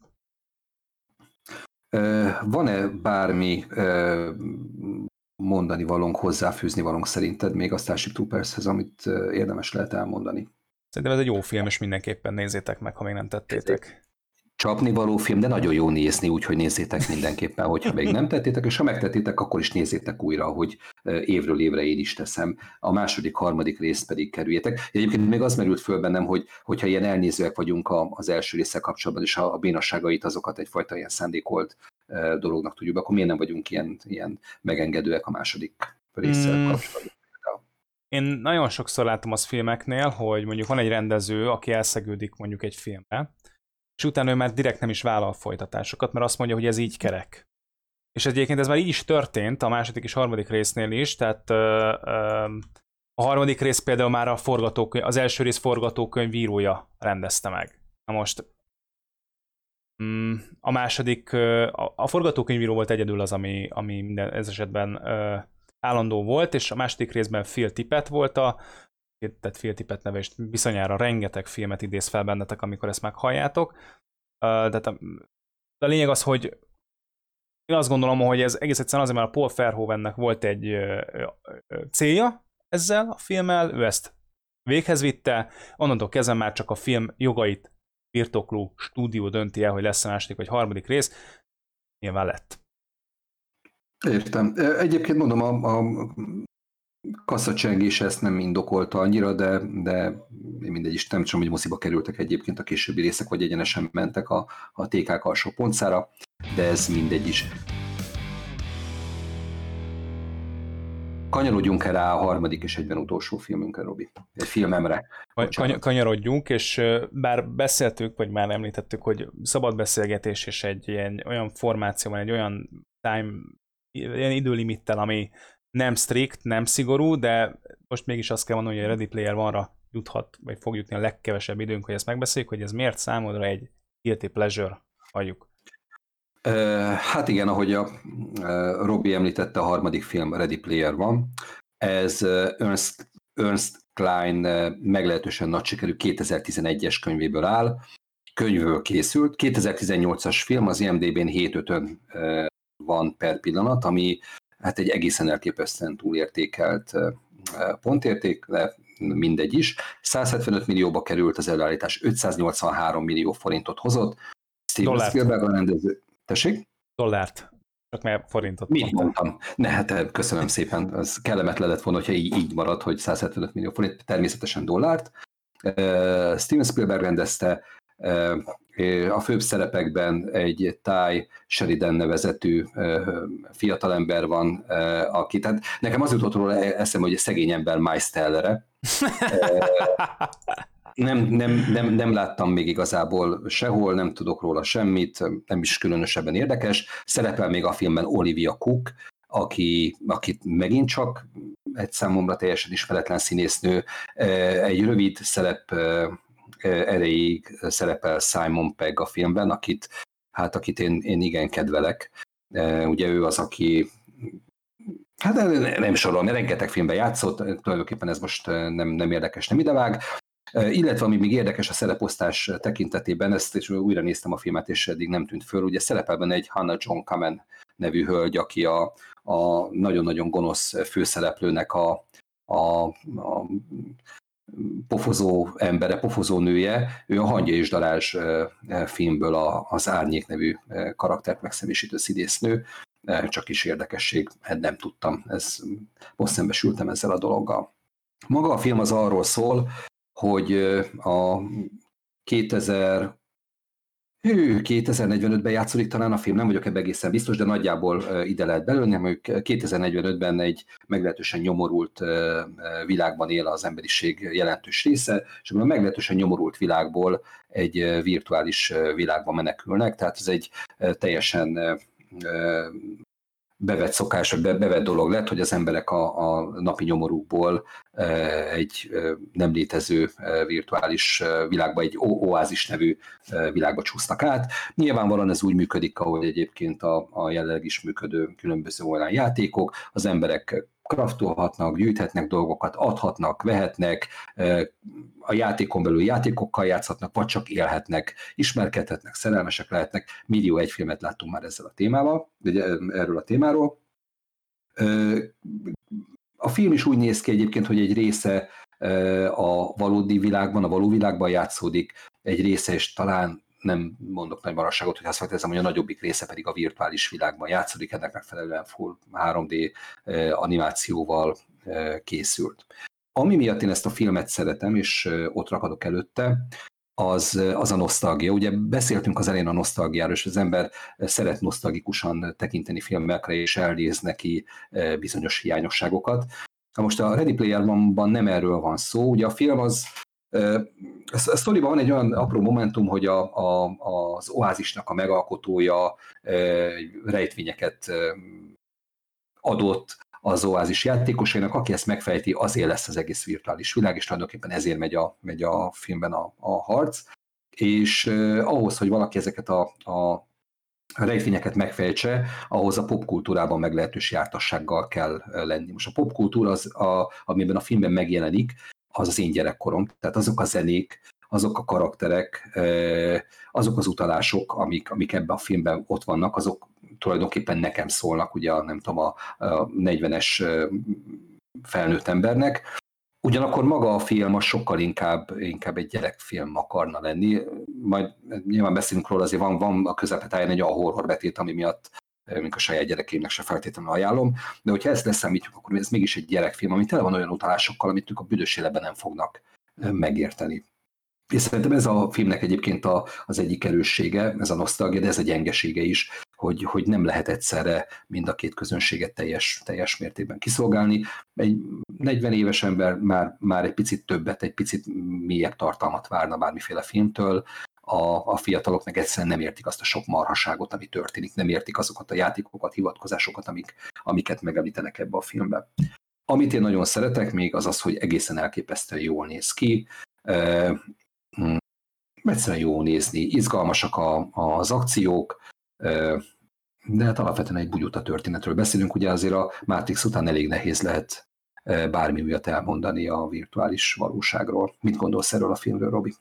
Van-e bármi mondani valónk, hozzáfűzni valónk szerinted még a Starship Troopershez, amit érdemes lehet elmondani? Szerintem ez egy jó film, és mindenképpen nézzétek meg, ha még nem tettétek. Csapnivaló film, de nagyon jó nézni, úgyhogy nézzétek mindenképpen, hogyha még nem tettétek, és ha megtettétek, akkor is nézzétek újra, hogy évről évre én is teszem. A második, harmadik részt pedig kerüljétek. Egyébként még az merült föl bennem, hogyha ilyen elnézőek vagyunk az első résszel kapcsolatban, és a bénasságait, azokat egyfajta ilyen szándékolt dolognak tudjuk, akkor miért nem vagyunk ilyen megengedőek a második résszel kapcsolatban? Én nagyon sokszor látom az filmeknél, hogy mondjuk van egy rendező, aki elszegődik mondjuk egy filmre, és utána ő már direkt nem is vállal folytatásokat, mert azt mondja, hogy ez így kerek. És egyébként ez már így is történt a második és harmadik résznél is, tehát a harmadik rész például már az első rész forgatókönyvírója rendezte meg. Na most a második, a forgatókönyvíró volt egyedül az, ami minden ez esetben állandó volt, és a második részben Phil Tippett volt tehát Phil Tippett neve, és bizonyára rengeteg filmet idéz fel bennetek, amikor ezt meghalljátok. Tehát a lényeg az, hogy én azt gondolom, hogy ez egész egyszerűen azért, mert a Paul Verhoevennek volt egy célja ezzel a filmmel, ő ezt véghez vitte, onnantól kezdve már csak a film jogait birtokló stúdió dönti el, hogy lesz a második vagy harmadik rész, nyilván lett. Értem. Egyébként mondom, a kasszacsengés ezt nem indokolta annyira, de mindegy is, nem tudom, hogy moziba kerültek egyébként a későbbi részek, vagy egyenesen mentek a TK-k alsó pontszára, de ez mindegy is. Kanyarodjunk el rá a harmadik és egyben utolsó filmünkre, Robi. Egy filmemre. Kanyarodjunk, és bár beszéltük, vagy már említettük, hogy szabad beszélgetés és egy ilyen olyan formáció van, egy olyan ilyen időlimittel, ami nem strikt, nem szigorú, de most mégis azt kell mondani, hogy a Ready Player One-ra juthat, vagy fog jutni a legkevesebb időnk, hogy ezt megbeszéljük, hogy ez miért számodra egy guilty pleasure, halljuk. Hát igen, ahogy a Robi említette, a harmadik film Ready Player One. Ez Ernest Cline meglehetősen nagy sikerű 2011-es könyvéből áll. Könyvből készült. 2018-as film, az IMDb-n 7/5-ön van per pillanat, ami hát egy egészen elképesztően túlértékelt pontérték, de mindegy is. 175 millióba került az előállítás, 583 millió forintot hozott. Steven Spielberg a rendező. Tessék? Dollárt. Csak már forintot. Mit mondtam? Ne, hát köszönöm szépen. Ez kellemetlen lett volna, hogyha így marad, hogy 175 millió forint, természetesen dollárt. Steven Spielberg rendezte, a főbb szerepekben egy Ty Sheridan nevezetű fiatalember van, aki, tehát nekem az jutott róla eszembe, hogy szegény ember Miles Tellerre. Nem láttam még igazából sehol, nem tudok róla semmit, nem is különösebben érdekes. Szerepel még a filmben Olivia Cook, akit megint csak egy számomra teljesen ismeretlen színésznő. Egy rövid szerep erejéig szerepel Simon Pegg a filmben, akit én igen kedvelek. Ugye ő az, aki hát nem sorolom, rengeteg filmben játszott, tulajdonképpen ez most nem érdekes, nem idevág. Illetve ami még érdekes a szereposztás tekintetében, ezt is újra néztem a filmet, és eddig nem tűnt föl, ugye szerepelben egy Hannah John Kamen nevű hölgy, aki a nagyon-nagyon gonosz főszereplőnek a pofozó embere, pofozó nője, ő a Hangya és Darázs filmből az Árnyék nevű karaktert megszemmisítő színésznő, csak is érdekesség, nem tudtam, most szembesültem ezzel a dologgal. Maga a film az arról szól, hogy a 2045-ben játszódik talán a film, nem vagyok ebben egészen biztos, de nagyjából ide lehet belőni, hogy 2045-ben egy meglehetősen nyomorult világban él az emberiség jelentős része, és a meglehetősen nyomorult világból egy virtuális világba menekülnek, tehát ez egy teljesen bevett szokás, bevett dolog lett, hogy az emberek a napi nyomorukból egy nem létező virtuális világba, egy oázis nevű világba csúsznak át. Nyilvánvalóan ez úgy működik, ahogy egyébként a jelenleg is működő különböző online játékok. Az emberek craftolhatnak, gyűjthetnek dolgokat, adhatnak, vehetnek, a játékon belül játékokkal játszhatnak, vagy csak élhetnek, ismerkedhetnek, szerelmesek lehetnek. Millió egy filmet láttunk már ezzel a témával, erről a témáról. A film is úgy néz ki egyébként, hogy egy része a valódi világban, a való világban játszódik, egy része, és talán nem mondok nagy marasságot, hogy azt feltételezem, hogy a nagyobbik része pedig a virtuális világban játszódik, ennek megfelelően full 3D animációval készült. Ami miatt én ezt a filmet szeretem, és ott rakadok előtte, az a nosztalgia. Ugye beszéltünk az elején a nosztalgiáról, és az ember szeret nosztalgikusan tekinteni filmekre, és elnéz neki bizonyos hiányosságokat. Most a Ready Player One-ban nem erről van szó, ugye a film a sztoriban van egy olyan apró momentum, hogy az oázisnak a megalkotója rejtvényeket adott az oázis játékosainak, aki ezt megfejti, azért lesz az egész virtuális világ, és tulajdonképpen ezért megy a filmben a harc. És ahhoz, hogy valaki ezeket a rejtvényeket megfejtse, ahhoz a popkultúrában meglehetős jártassággal kell lenni. Most a popkultúra, amiben a filmben megjelenik, az én gyerekkorom. Tehát azok a zenék, azok a karakterek, azok az utalások, amik ebben a filmben ott vannak, azok tulajdonképpen nekem szólnak, ugye nem tudom, a 40-es felnőtt embernek. Ugyanakkor maga a film az sokkal inkább egy gyerekfilm akarna lenni. Majd nyilván beszélünk róla, azért van a közepetáján egy olyan horror betét, ami miatt még a saját gyerekeimnek se feltétlenül ajánlom, de hogyha ezt leszámítjuk, akkor ez mégis egy gyerekfilm, ami tele van olyan utalásokkal, amit ők a büdös életben nem fognak megérteni. És szerintem ez a filmnek egyébként az egyik erőssége, ez a nosztalgia, de ez a gyengesége is, hogy nem lehet egyszerre mind a két közönséget teljes mértékben kiszolgálni. Egy 40 éves ember már egy picit többet, egy picit mélyebb tartalmat várna bármiféle filmtől, a fiatalok meg egyszerűen nem értik azt a sok marhaságot, ami történik, nem értik azokat a játékokat, hivatkozásokat, amiket megemlítenek ebbe a filmbe. Amit én nagyon szeretek még, az az, hogy egészen elképesztően jól néz ki, egyszerűen jó nézni, izgalmasak az akciók, de hát alapvetően egy bugyuta történetről beszélünk, ugye azért a Matrix után elég nehéz lehet bármi miatt elmondani a virtuális valóságról. Mit gondolsz erről a filmről, Robi?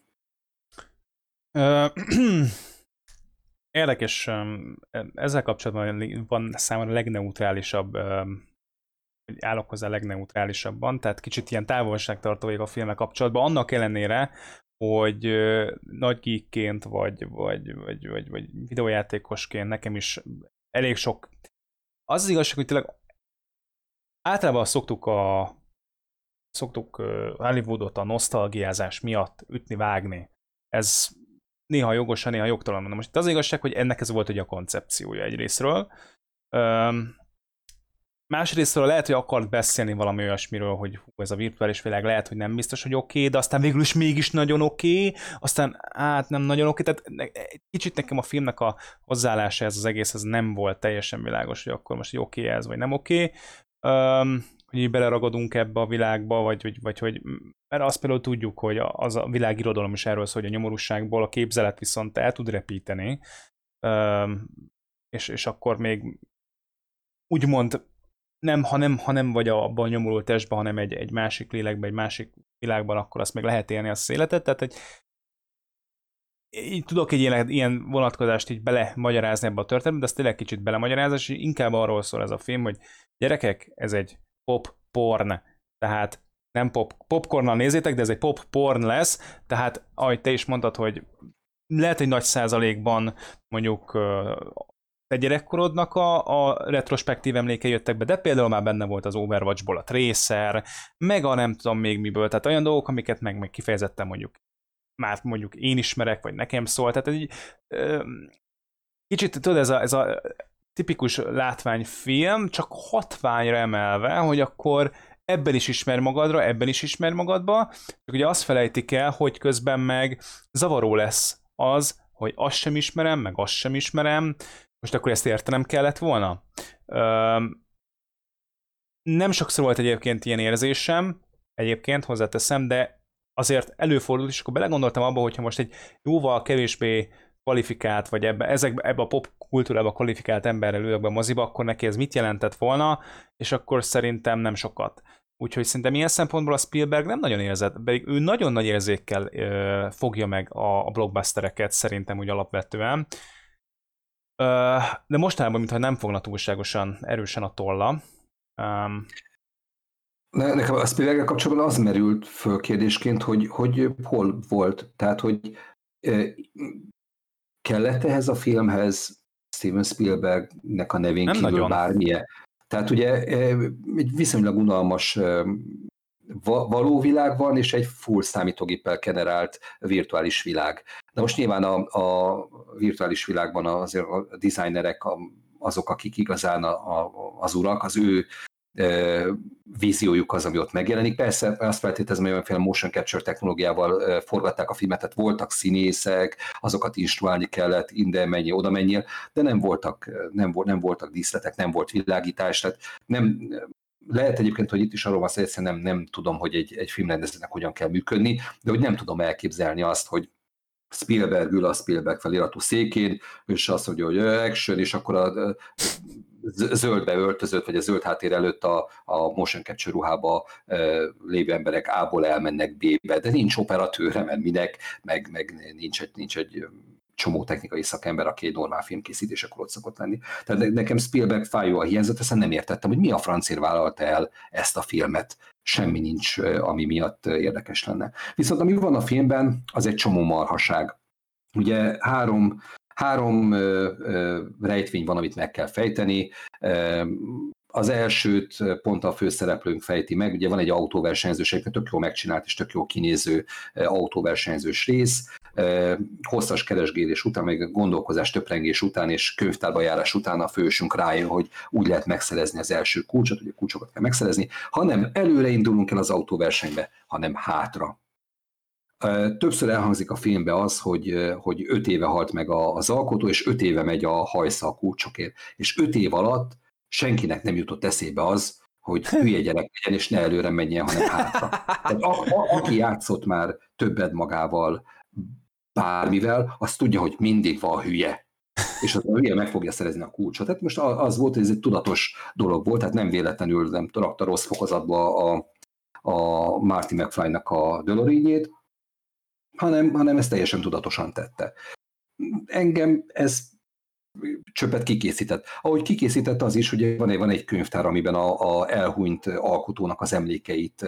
Érdekes, ezzel kapcsolatban van számomra a legneutrálisabb, állok hozzá a legneutrálisabban, tehát kicsit ilyen távolságtartó vagyok a filmmel kapcsolatban, annak ellenére, hogy nagy geekként, vagy videójátékosként nekem is elég sok. Az igazság, hogy tényleg általában szoktuk Hollywoodot a nosztalgiázás miatt ütni, vágni. Ez néha jogosan, néha jogtalan. Most itt az igazság, hogy ennek ez volt ugye a koncepciója egyrésztről. Másrésztről lehet, hogy akart beszélni valami olyasmiről, hogy ez a virtuális világ lehet, hogy nem biztos, hogy oké, de aztán végül is mégis nagyon oké, aztán nem nagyon oké, tehát egy kicsit nekem a filmnek a hozzáállása ez az egész, ez nem volt teljesen világos, hogy akkor most oké ez, vagy nem oké, hogy így beleragadunk ebbe a világba, vagy hogy, mert azt például tudjuk, hogy az a világirodalom is erről szól, hogy a nyomorúságból a képzelet viszont el tud repíteni, és akkor még úgymond ha nem vagy abban a nyomorult testben, hanem egy másik lélekben, egy másik világban, akkor azt meg lehet élni azt az életet. Tehát így tudok egy ilyen vonatkozást így belemagyarázni ebbe a történetbe, de ez tényleg kicsit belemagyarázás, és inkább arról szól ez a film, hogy gyerekek, ez egy pop-porn, tehát nem popcornnal nézzétek, de ez egy pop-porn lesz, tehát ahogy te is mondtad, hogy lehet, hogy nagy százalékban mondjuk a gyerekkorodnak a retrospektív emlékei jöttek be, de például már benne volt az Overwatchból a Tracer, meg a nem tudom még miből, tehát olyan dolgok, amiket meg kifejezetten mondjuk én ismerek, vagy nekem szól, tehát egy kicsit tudod, ez a tipikus látványfilm, csak hatványra emelve, hogy akkor ebben is ismer magadra, ebben is ismer magadba, csak ugye azt felejtik el, hogy közben meg zavaró lesz az, hogy azt sem ismerem, meg azt sem ismerem, most akkor ezt értenem kellett volna. Nem sokszor volt egyébként ilyen érzésem, egyébként hozzáteszem, de azért előfordult, és akkor belegondoltam abba, hogyha most egy jóval kevésbé kvalifikált, vagy ebbe a pop kultúrába kvalifikált emberrel ülök be a moziba, akkor neki ez mit jelentett volna, és akkor szerintem nem sokat. Úgyhogy szerintem ilyen szempontból a Spielberg nem nagyon érzett, pedig ő nagyon nagy érzékkel fogja meg a blockbustereket szerintem úgy alapvetően. De mostanában, mintha nem fogna túlságosan erősen a tolla. Nekem a Spielberggel kapcsolatban az merült föl kérdésként, hogy hol volt. Tehát, hogy kellett ehhez a filmhez Steven Spielbergnek a nevén nem kívül nagyon. bármilyen? Tehát ugye egy viszonylag unalmas való világ van, és egy full számítógéppel generált virtuális világ. De most nyilván a virtuális világban azért a designerek azok, akik igazán az urak, az ő víziójuk az, ami ott megjelenik. Persze azt feltételezem, hogy olyanféle motion capture technológiával forgatták a filmet, tehát voltak színészek, azokat instruálni kellett, ide menjél, oda menjél, de nem voltak díszletek, nem volt világítás, tehát nem. Lehet egyébként, hogy itt is arról van szó, egyszerűen nem tudom, hogy egy filmrendezőnek hogyan kell működni, de hogy nem tudom elképzelni azt, hogy Spielberg ül a Spielberg feliratú székén, és azt mondja, hogy action, és akkor a zöldbe öltözött, vagy a zöld háttér előtt a motion capture ruhába lévő emberek A-ból elmennek B-be, de nincs operatőre, mert minek, meg nincs egy csomó technikai szakember, aki egy normál filmkészítésekor ott szokott lenni. Tehát nekem Spielberg fájóan hiányzott, aztán nem értettem, hogy mi a francért vállalta el ezt a filmet. Semmi nincs, ami miatt érdekes lenne. Viszont ami van a filmben, az egy csomó marhaság. Ugye három rejtvény van, amit meg kell fejteni. Az elsőt pont a főszereplőnk fejti meg, ugye van egy autóversenyzős, egy tök jól megcsinált és tök jól kinéző autóversenyzős rész, hosszas keresgélés után, meg gondolkozás, töprengés után és könyvtárba járás után a fősünk rájön, hogy úgy lehet megszerezni az első kulcsot, ugye kulcsokat kell megszerezni, hanem előre indulunk el az autóversenybe, hanem hátra. Többször elhangzik a filmbe az, hogy 5 éve halt meg az alkotó, és 5 éve megy a hajsza a kulcsokért. És 5 év alatt senkinek nem jutott eszébe az, hogy hülye gyerek legyen, és ne előre menjen, hanem hátra. Tehát aki játszott már többet magával, bármivel, az tudja, hogy mindig van hülye. És az a hülye meg fogja szerezni a kulcsot. Tehát most az volt, hogy ez egy tudatos dolog volt, tehát nem véletlenül nem rakta rossz fokozatba a Marty McFly-nak a DeLorean-jét, hanem ezt teljesen tudatosan tette. Engem ez csöppet kikészített. Ahogy kikészített az is, hogy van egy könyvtár, amiben a elhunyt alkotónak az emlékeit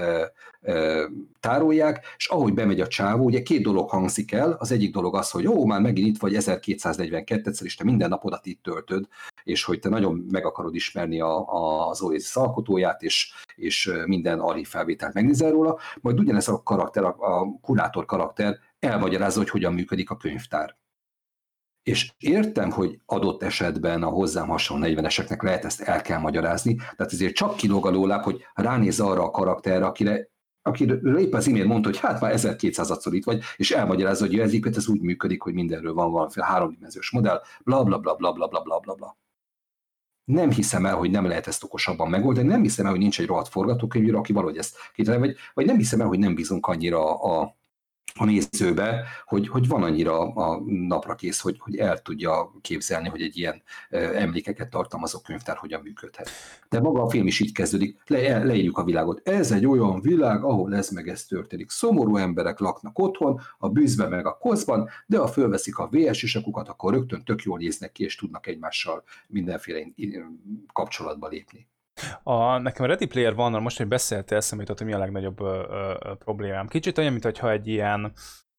tárolják, és ahogy bemegy a csávó, ugye 2 dolog hangzik el, az egyik dolog az, hogy már megint itt vagy 1242-szer, és te minden napodat itt töltöd, és hogy te nagyon meg akarod ismerni az Oasis alkotóját, és minden archív felvételt megnézel róla, majd ugyanez a karakter, a kurátor karakter elmagyarázza, hogy hogyan működik a könyvtár. És értem, hogy adott esetben a hozzám hasonló 40-eseknek lehet ezt el kell magyarázni, tehát ezért csak kilóg a lóláb, hogy ránéz arra a karakterre, akiről épp az imént mondta, hogy hát már 1200-szor itt vagy, és elmagyarázza, hogy ez úgy működik, hogy mindenről van valamiféle 3D modell, bla bla bla bla bla bla bla bla bla. Nem hiszem el, hogy nem lehet ezt okosabban megoldani, nem hiszem el, hogy nincs egy rohadt forgatókönyvíró, aki valahogy ezt kitalálja, vagy nem hiszem el, hogy nem bízunk annyira a nézőbe, hogy van annyira a napra kész, hogy el tudja képzelni, hogy egy ilyen emlékeket tartalmazó könyvtár hogyan működhet. De maga a film is így kezdődik, leírjuk a világot. Ez egy olyan világ, ahol ez történik. Szomorú emberek laknak otthon, a bűzben meg a koszban, de ha fölveszik a VS-isakukat, akkor rögtön tök jól néznek ki, és tudnak egymással mindenféle kapcsolatba lépni. Nekem a Ready Player One-nal most, hogy beszéltél, eszembe jutott, hogy mi a legnagyobb problémám. Kicsit olyan, mintha egy ilyen,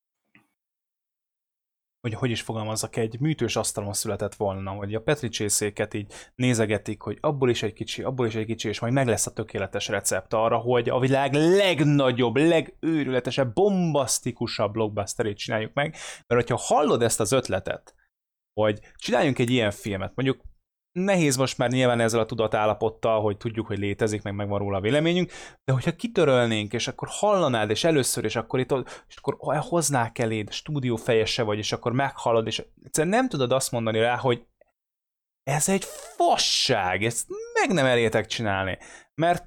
hogy is fogalmazzak, egy műtős asztalon született volna, hogy a Petri csészéket így nézegetik, hogy abból is egy kicsi, és majd meg lesz a tökéletes recept arra, hogy a világ legnagyobb, legőrületesebb, bombasztikusabb blockbusterét csináljuk meg, mert hogyha hallod ezt az ötletet, hogy csináljunk egy ilyen filmet, mondjuk nehéz most már nyilván ezzel a tudatállapottal, hogy tudjuk, hogy létezik, meg van róla a véleményünk, de hogyha kitörölnénk, és akkor hallanád, és először, és akkor hoznák eléd, stúdió fejese vagy, és akkor meghallod, és egyszerűen nem tudod azt mondani rá, hogy ez egy fasság, ezt meg nem elértek csinálni. Mert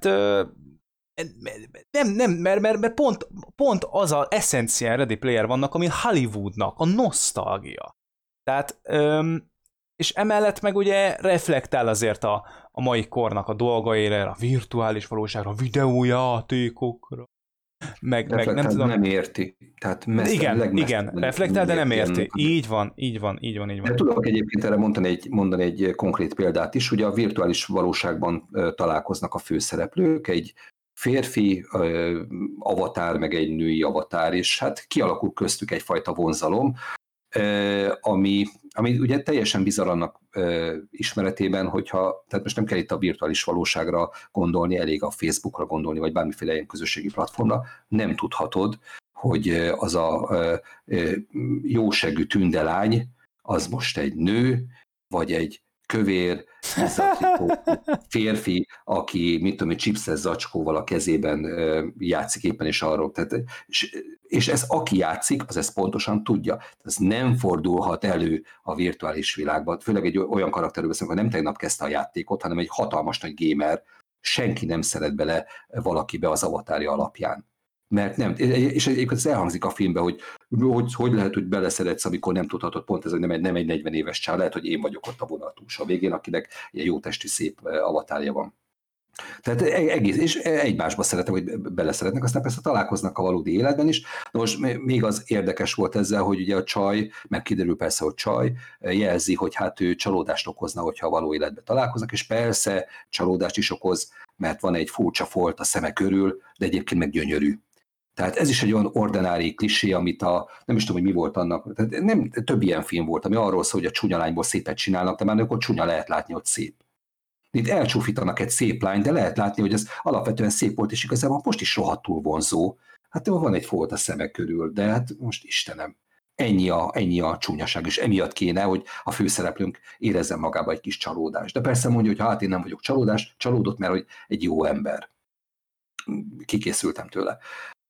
mert pont az az eszencián Ready Player vannak, ami Hollywoodnak, a nosztalgia. Tehát és emellett meg ugye reflektál azért a mai kornak a dolgaira, a virtuális valóságra, a videójátékokra, meg nem tudom. Nem érti. Tehát igen, reflektál, de nem érti. Így van. De tudok egyébként erre mondani egy konkrét példát is, ugye a virtuális valóságban találkoznak a főszereplők, egy férfi avatár, meg egy női avatár, és hát kialakul köztük egyfajta vonzalom, ami ugye teljesen bizarr annak ismeretében, tehát most nem kell itt a virtuális valóságra gondolni, elég a Facebookra gondolni, vagy bármiféle ilyen közösségi platformra, nem tudhatod, hogy az a jósegű tündelány, az most egy nő, vagy egy kövér, férfi, aki, mit tudom, chipses zacskóval a kezében játszik éppen, és arról. Tehát, és ez aki játszik, az ezt pontosan tudja. Ez nem fordulhat elő a virtuális világban. Főleg egy olyan karakterről beszélünk, hogy nem tegnap kezdte a játékot, hanem egy hatalmas nagy gamer. Senki nem szeret bele valakibe az avatárja alapján. Mert nem, és egyébként ez elhangzik a filmben, hogy lehet, hogy beleszeretsz, amikor nem tudhatod, pont ez, hogy nem egy 40 éves csár, lehet, hogy én vagyok ott a vonal túlsó végén, akinek egy jó testű, szép avatárja van. Tehát egész, és egymásba szeretnek, hogy beleszeretnek, aztán persze találkoznak a valódi életben is. Na most még az érdekes volt ezzel, hogy ugye a csaj, meg kiderül persze, hogy csaj, jelzi, hogy hát ő csalódást okozna, hogyha a való életben találkoznak, és persze csalódást is okoz, mert van egy furcsa folt a szeme körül, de egyébként meg gyönyörű. Tehát ez is egy olyan ordinári klisé, amit nem is tudom, hogy mi volt annak, tehát nem, több ilyen film volt, ami arról szól, hogy a csúnya lányból szépet csinálnak, de már akkor csúnya lehet látni, hogy szép. Itt elcsúfítanak egy szép lány, de lehet látni, hogy ez alapvetően szép volt, és igazából most is rohadtul vonzó. Hát van egy folt a szemek körül, de hát most Istenem, ennyi a csúnyaság, és emiatt kéne, hogy a főszereplőnk érezzen magába egy kis csalódást. De persze mondja, hogy hát én nem vagyok csalódott, mert hogy egy jó ember. Kikészültem tőle.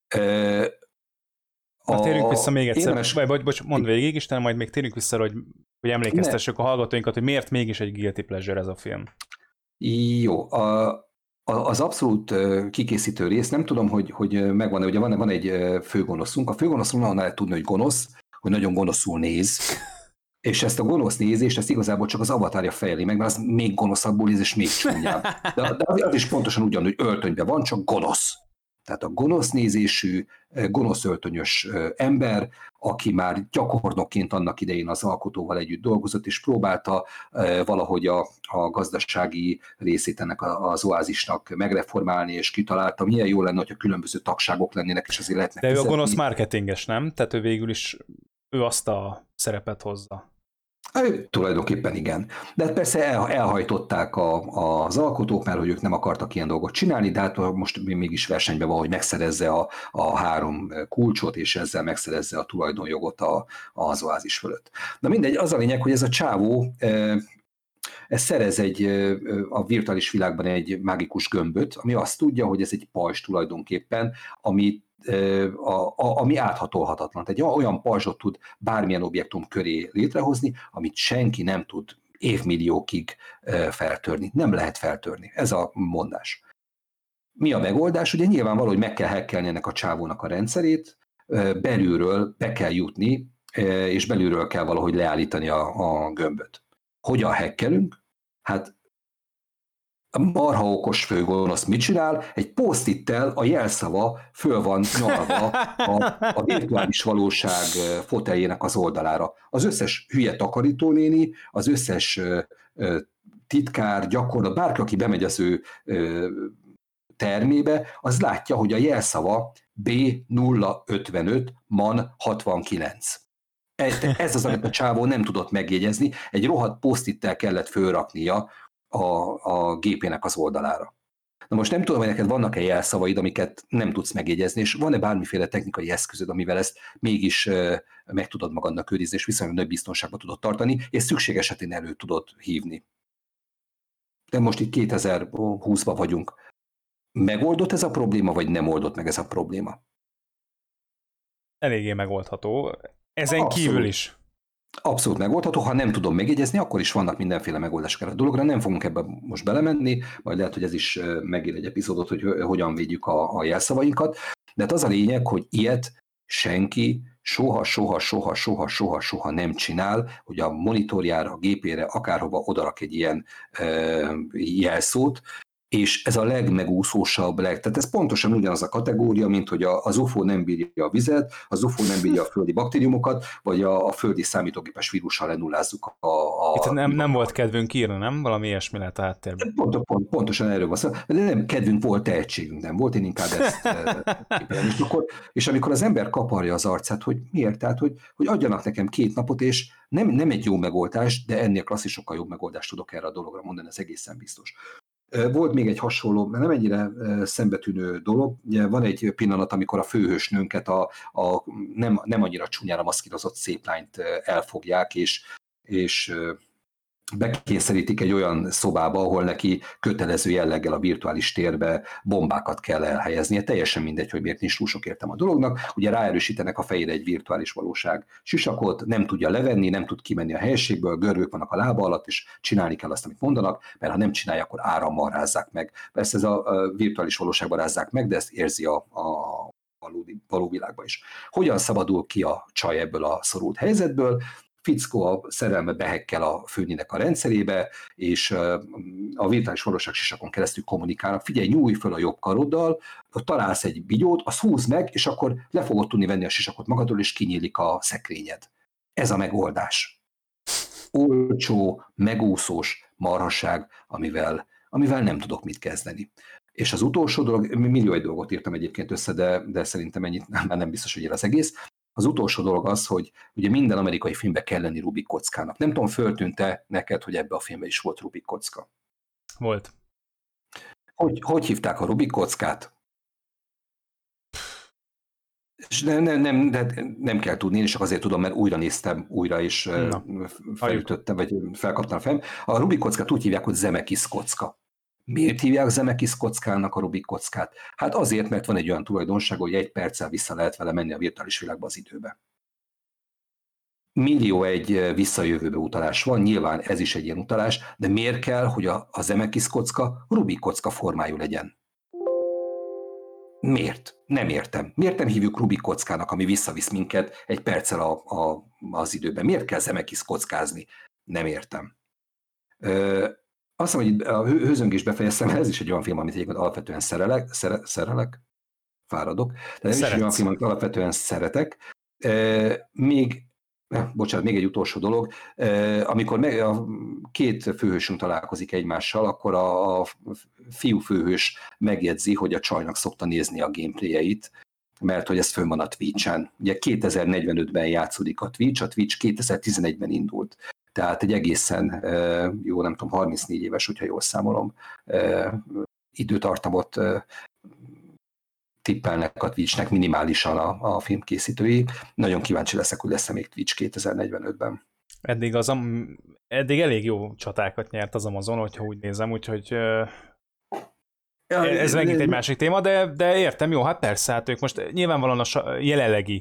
Térjünk vissza még egyszer, bocs, mondd végig, Isten, majd még térjünk vissza, hogy emlékeztessük a hallgatóinkat, hogy miért mégis egy guilty pleasure ez a film. Jó, az abszolút kikészítő rész, nem tudom, hogy megvan, ugye van egy főgonoszunk. A főgonoszunk onnan lehet tudni, hogy gonosz, hogy nagyon gonoszul néz, és ezt a gonosz nézést, ezt igazából csak az Avatarja fejeli meg, mert az még gonoszabbul néz, és még csúnyább. De az is pontosan ugyanúgy öltönyben van, csak gonosz. Tehát a gonosz nézésű, gonosz öltönyös ember, aki már gyakornokként annak idején az alkotóval együtt dolgozott, és próbálta valahogy a gazdasági részét ennek az oázisnak megreformálni, és kitalálta, milyen jó lenne, hogyha különböző tagságok lennének, és azért lehetnek De ő a gonosz marketinges, nem? Tehát ő végül is ő azt a szerepet hozza. Tulajdonképpen igen. De hát persze elhajtották az alkotók, mert hogy ők nem akartak ilyen dolgot csinálni, de hát most mégis versenyben van, hogy megszerezze a 3 kulcsot, és ezzel megszerezze a tulajdonjogot az oázis fölött. Na mindegy, az a lényeg, hogy ez a csávó ez szerez a virtuális világban egy mágikus gömböt, ami azt tudja, hogy ez egy pajzs tulajdonképpen, ami áthatolhatatlan. Tehát olyan pajzsot tud bármilyen objektum köré létrehozni, amit senki nem tud évmilliókig feltörni. Nem lehet feltörni. Ez a mondás. Mi a megoldás? Ugye nyilvánvaló, hogy meg kell hackelni ennek a csávónak a rendszerét, belülről be kell jutni, és belülről kell valahogy leállítani a gömböt. Hogyan hackelünk? Hát a marha okos főgonosz mit csinál? Egy post-ittel a jelszava föl van nyalva a virtuális valóság foteljének az oldalára. Az összes hülye takarítónéni, az összes titkár, gyakorlat, bárki, aki bemegy az ő termébe, az látja, hogy a jelszava B055 MAN 69. Ez az, amit a csávó nem tudott megjegyezni, egy rohadt post-ittel kellett fölraknia a gépének az oldalára. Na most nem tudom, hogy neked vannak-e jelszavaid, amiket nem tudsz megjegyezni, és van-e bármiféle technikai eszközöd, amivel ezt mégis meg tudod magadnak őrizni, és viszonylag nagy biztonságban tudod tartani, és szükség esetén elő tudod hívni. De most itt 2020-ban vagyunk. Megoldott ez a probléma, vagy nem oldott meg ez a probléma? Eléggé megoldható. Ezen Abszolút. Kívül is. Abszolút megoldható, ha nem tudom megjegyezni, akkor is vannak mindenféle megoldások erre a dologra, nem fogunk ebbe most belemenni, majd lehet, hogy ez is megír egy epizódot, hogy hogyan védjük a jelszavainkat, de hát az a lényeg, hogy ilyet senki soha nem csinál, hogy a monitorjára, a gépére, akárhova odarak egy ilyen jelszót, és ez a legmegúszósabb, tehát ez pontosan ugyanaz a kategória, mint hogy az UFO nem bírja a vizet, az UFO nem bírja a földi baktériumokat, vagy a földi számítógépes vírussal lenullázzuk Itt nem volt kedvünk írni, nem? Valami ilyesmi lehet a háttérben. Pontosan erről van szó. De nem kedvünk volt, tehetségünk nem volt, én inkább ezt és amikor az ember kaparja az arcát, hogy miért? Tehát, hogy adjanak nekem 2 napot, és nem egy jó megoldás, de ennél klasszisokkal jobb megoldást tudok erre a dologra mondani, ez egészen biztos. Volt még egy hasonló, nem ennyire szembetűnő dolog. Ugye van egy pillanat, amikor a főhősnőnket nem annyira csúnyára maszkírozott szép lányt elfogják, és bekényszerítik egy olyan szobába, ahol neki kötelező jelleggel a virtuális térbe bombákat kell elhelyeznie. Teljesen mindegy, hogy miért nincs túl sok értelme a dolognak. Ugye ráerősítenek a fejére egy virtuális valóság sisakot, nem tudja levenni, nem tud kimenni a helységből, görbők vannak a lába alatt, és csinálni kell azt, amit mondanak, mert ha nem csinálja, akkor árammal rázzák meg. Persze ez a virtuális valóságban rázzák meg, de ezt érzi a való világban is. Hogyan szabadul ki a csaj ebből a szorult helyzetből? fickó a szerelme behekkel a főnének a rendszerébe, és a virtuális valóság sisakon keresztül kommunikálnak. Figyelj, nyújj föl a jobb karoddal, ott találsz egy bigyót, azt húzd meg, és akkor le fogod tudni venni a sisakot magadról, és kinyílik a szekrényed. Ez a megoldás. Olcsó, megúszós marhaság, amivel nem tudok mit kezdeni. És az utolsó dolog, millió egy dolgot írtam egyébként össze, de szerintem ennyit már nem biztos, hogy ér az egész. Az utolsó dolog az, hogy ugye minden amerikai filmben kell lenni Rubik kockának. Nem tudom, föltűnt-e neked, hogy ebbe a filmben is volt Rubik kocka? Volt. Hogy hívták a Rubik kockát? És nem kell tudni, én is csak azért tudom, mert újra néztem, és felütöttem, vagy felkaptam a fejem. A Rubik kockát úgy hívják, hogy Zemeckis kocka. Miért hívják Zemeckis kockának a Rubik kockát? Hát azért, mert van egy olyan tulajdonság, hogy egy perccel vissza lehet vele menni a virtuális világba az időbe. Millió egy visszajövőbe utalás van, nyilván ez is egy ilyen utalás, de miért kell, hogy a Zemeckis kocka Rubik kocka formájú legyen? Miért? Nem értem. Miért nem hívjuk Rubik kockának, ami visszavisz minket egy perccel az időben? Miért kell Zemeckis kockázni? Nem értem. Azt mondom, hogy a hőzöngést befejeztem, ez is egy olyan film, amit egyébként alapvetően szerelek, fáradok, de ez is egy olyan film, amit alapvetően szeretek. Még egy utolsó dolog, amikor a két főhősünk találkozik egymással, akkor a fiú főhős megjegyzi, hogy a csajnak szokta nézni a gameplayeit, mert hogy ez fönn van a Twitch-en. Ugye 2045-ben játszódik a Twitch 2011-ben indult. Tehát egy egészen jó, nem tudom, 34 éves, hogyha jól számolom, időtartamot tippelnek a Twitchnek minimálisan a filmkészítői. Nagyon kíváncsi leszek, hogy lesz-e még Twitch 2045-ben. Eddig elég jó csatákat nyert az Amazon, hogyha úgy nézem, úgyhogy ez megint egy másik téma, de értem, jó, hát persze, hát ők most nyilvánvalóan a jelenlegi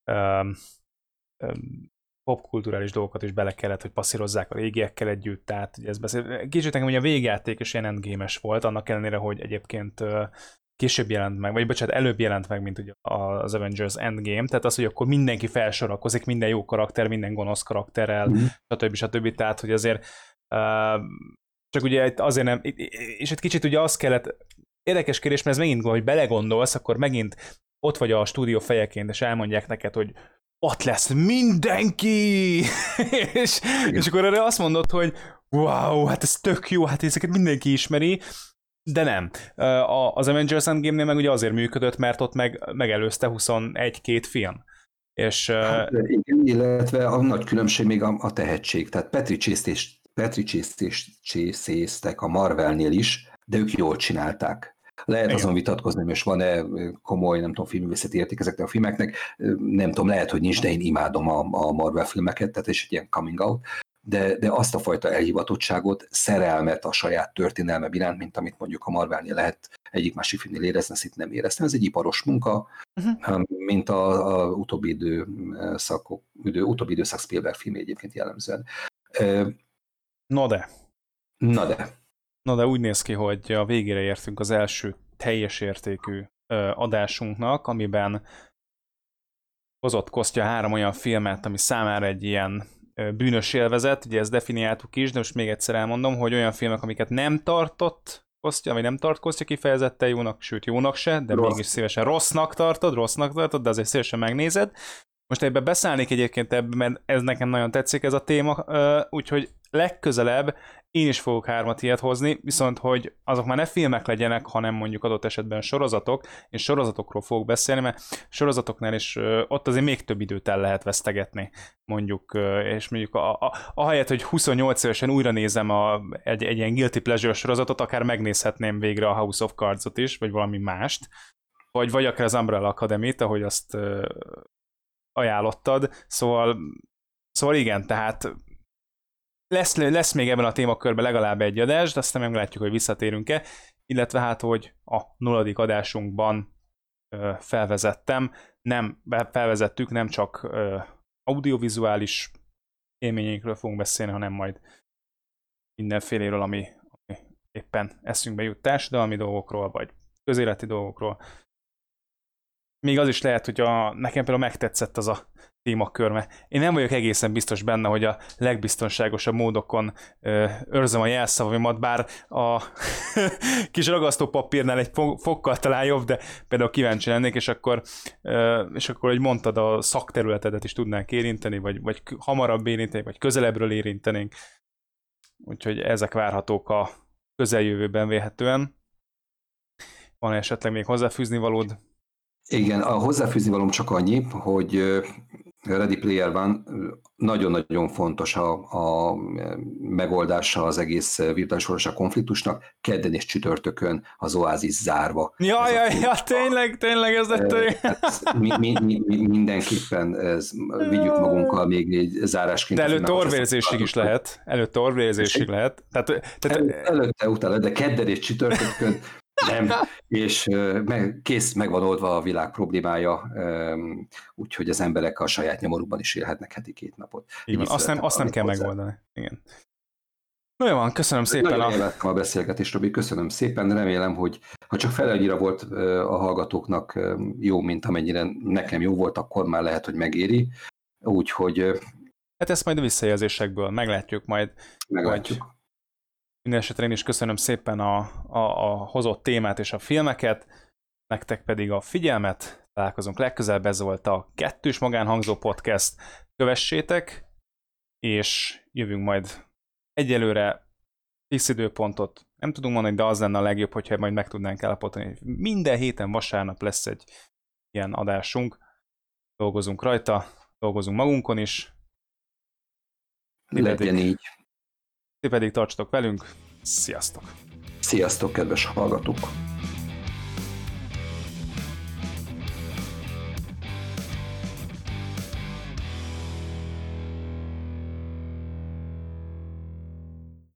popkulturális dolgokat is bele kellett, hogy passzírozzák a régiekkel együtt, tehát ugye ez beszél. Kicsit nekem ugye a végjáték is ilyen endgame-es volt, annak ellenére, hogy egyébként később jelent meg, vagy bocsánat, előbb jelent meg, mint ugye az Avengers Endgame, tehát az, hogy akkor mindenki felsorakozik, minden jó karakter, minden gonosz karakterrel, stb. Tehát, hogy azért csak ugye azért nem, és egy kicsit ugye az kellett, érdekes kérdés, mert ez megint, hogy belegondolsz, akkor megint ott vagy a stúdió fejeként, és elmondják neked, hogy ott lesz mindenki! és akkor erre azt mondod, hogy wow, hát ez tök jó, hát ezeket mindenki ismeri, de nem. Az Avengers Endgame-nél meg ugye azért működött, mert ott megelőzte 21-2 film. És, hát, igen, illetve a nagy különbség még a tehetség. Tehát Chase-tek a Marvelnél is, de ők jól csinálták. Lehet azon vitatkozni, hogy most van-e komoly, nem tudom, filmművészeti érték ezeknek a filmeknek, nem tudom, lehet, hogy nincs, de én imádom a Marvel filmeket, tehát és egy ilyen coming out, de azt a fajta elhivatottságot, szerelmet a saját történelme iránt, mint amit mondjuk a Marvelnél lehet egyik-másik filmnél érezni, ezt itt nem éreztem. Ez egy iparos munka, mint a utóbbi időszak Spielberg film egyébként jellemzően. No de. Na de úgy néz ki, hogy a végére értünk az első teljes értékű adásunknak, amiben hozott Kostya 3 olyan filmet, ami számára egy ilyen bűnös élvezet, ugye ezt definiáltuk is, de most még egyszer elmondom, hogy olyan filmek, amiket nem tartott Kostya, vagy nem tart Kostya kifejezetten jónak, sőt jónak se, de mégis szívesen rossznak tartod, de azért szívesen megnézed. Most ebben beszállnék egyébként ebben, mert ez nekem nagyon tetszik ez a téma, úgyhogy legközelebb én is fogok 3 ilyet hozni, viszont hogy azok már ne filmek legyenek, hanem mondjuk adott esetben sorozatok, és sorozatokról fogok beszélni, mert sorozatoknál is ott azért még több időt el lehet vesztegetni, mondjuk, és mondjuk ahelyett, hogy 28 évesen újra nézem egy ilyen guilty pleasure sorozatot, akár megnézhetném végre a House of Cards-ot is, vagy valami mást, vagy akár az Umbrella Academy-t, ahogy azt ajánlottad, szóval igen, tehát lesz még ebben a témakörben legalább egy adás, de aztán meglátjuk, hogy visszatérünk-e, illetve hát, hogy a 0. adásunkban felvezettük, nem csak audiovizuális élményeinkről fogunk beszélni, hanem majd mindenféléről, ami éppen eszünkbe jut, társadalmi dolgokról, vagy közéleti dolgokról. még az is lehet, hogy nekem például megtetszett az a témakör, mert én nem vagyok egészen biztos benne, hogy a legbiztonságosabb módokon őrzöm a jelszavamat, bár a kis ragasztópapírnál egy fokkal talán jobb, de például kíváncsi lennék, és akkor hogy mondtad, a szakterületedet is tudnánk érinteni, vagy hamarabb érinteni, vagy közelebbről érintenénk. Úgyhogy ezek várhatók a közeljövőben vélhetően. Van esetleg még hozzáfűzni valód? Igen, a hozzáfűzni valóm csak annyi, hogy Ready Player One nagyon-nagyon fontos a megoldása az egész virtuális valóság konfliktusnak, kedden és csütörtökön az Oasis zárva. Ja, tényleg ez lett. Mindenképpen vigyük magunkkal még egy zárásként. De előtte orvérzésig is lehet. Előtte, utána, de kedden és csütörtökön nem, és meg van oldva a világ problémája, úgyhogy az emberek a saját nyomorukban is élhetnek heti 2 napot. Igen, azt nem kell megoldani. Igen. No, jó van, köszönöm szépen. Nagyon élveztem a beszélgetést, Robi, köszönöm szépen. Remélem, hogy ha csak fele annyira volt a hallgatóknak jó, mint amennyire nekem jó volt, akkor már lehet, hogy megéri. Úgyhogy... Hát ezt majd a visszajelzésekből meglátjuk majd. Meglátjuk. Mindenesetre én is köszönöm szépen a hozott témát és a filmeket, nektek pedig a figyelmet. Találkozunk legközelebb, ez volt a Kettős Magánhangzó Podcast. Kövessétek, és jövünk majd egyelőre fix időpontot. Nem tudunk mondani, de az lenne a legjobb, hogyha majd meg tudnánk állapodni. Minden héten vasárnap lesz egy ilyen adásunk. Dolgozunk rajta, dolgozunk magunkon is. Legyen így. Ti pedig tartsatok velünk. Sziasztok! Sziasztok, kedves hallgatók!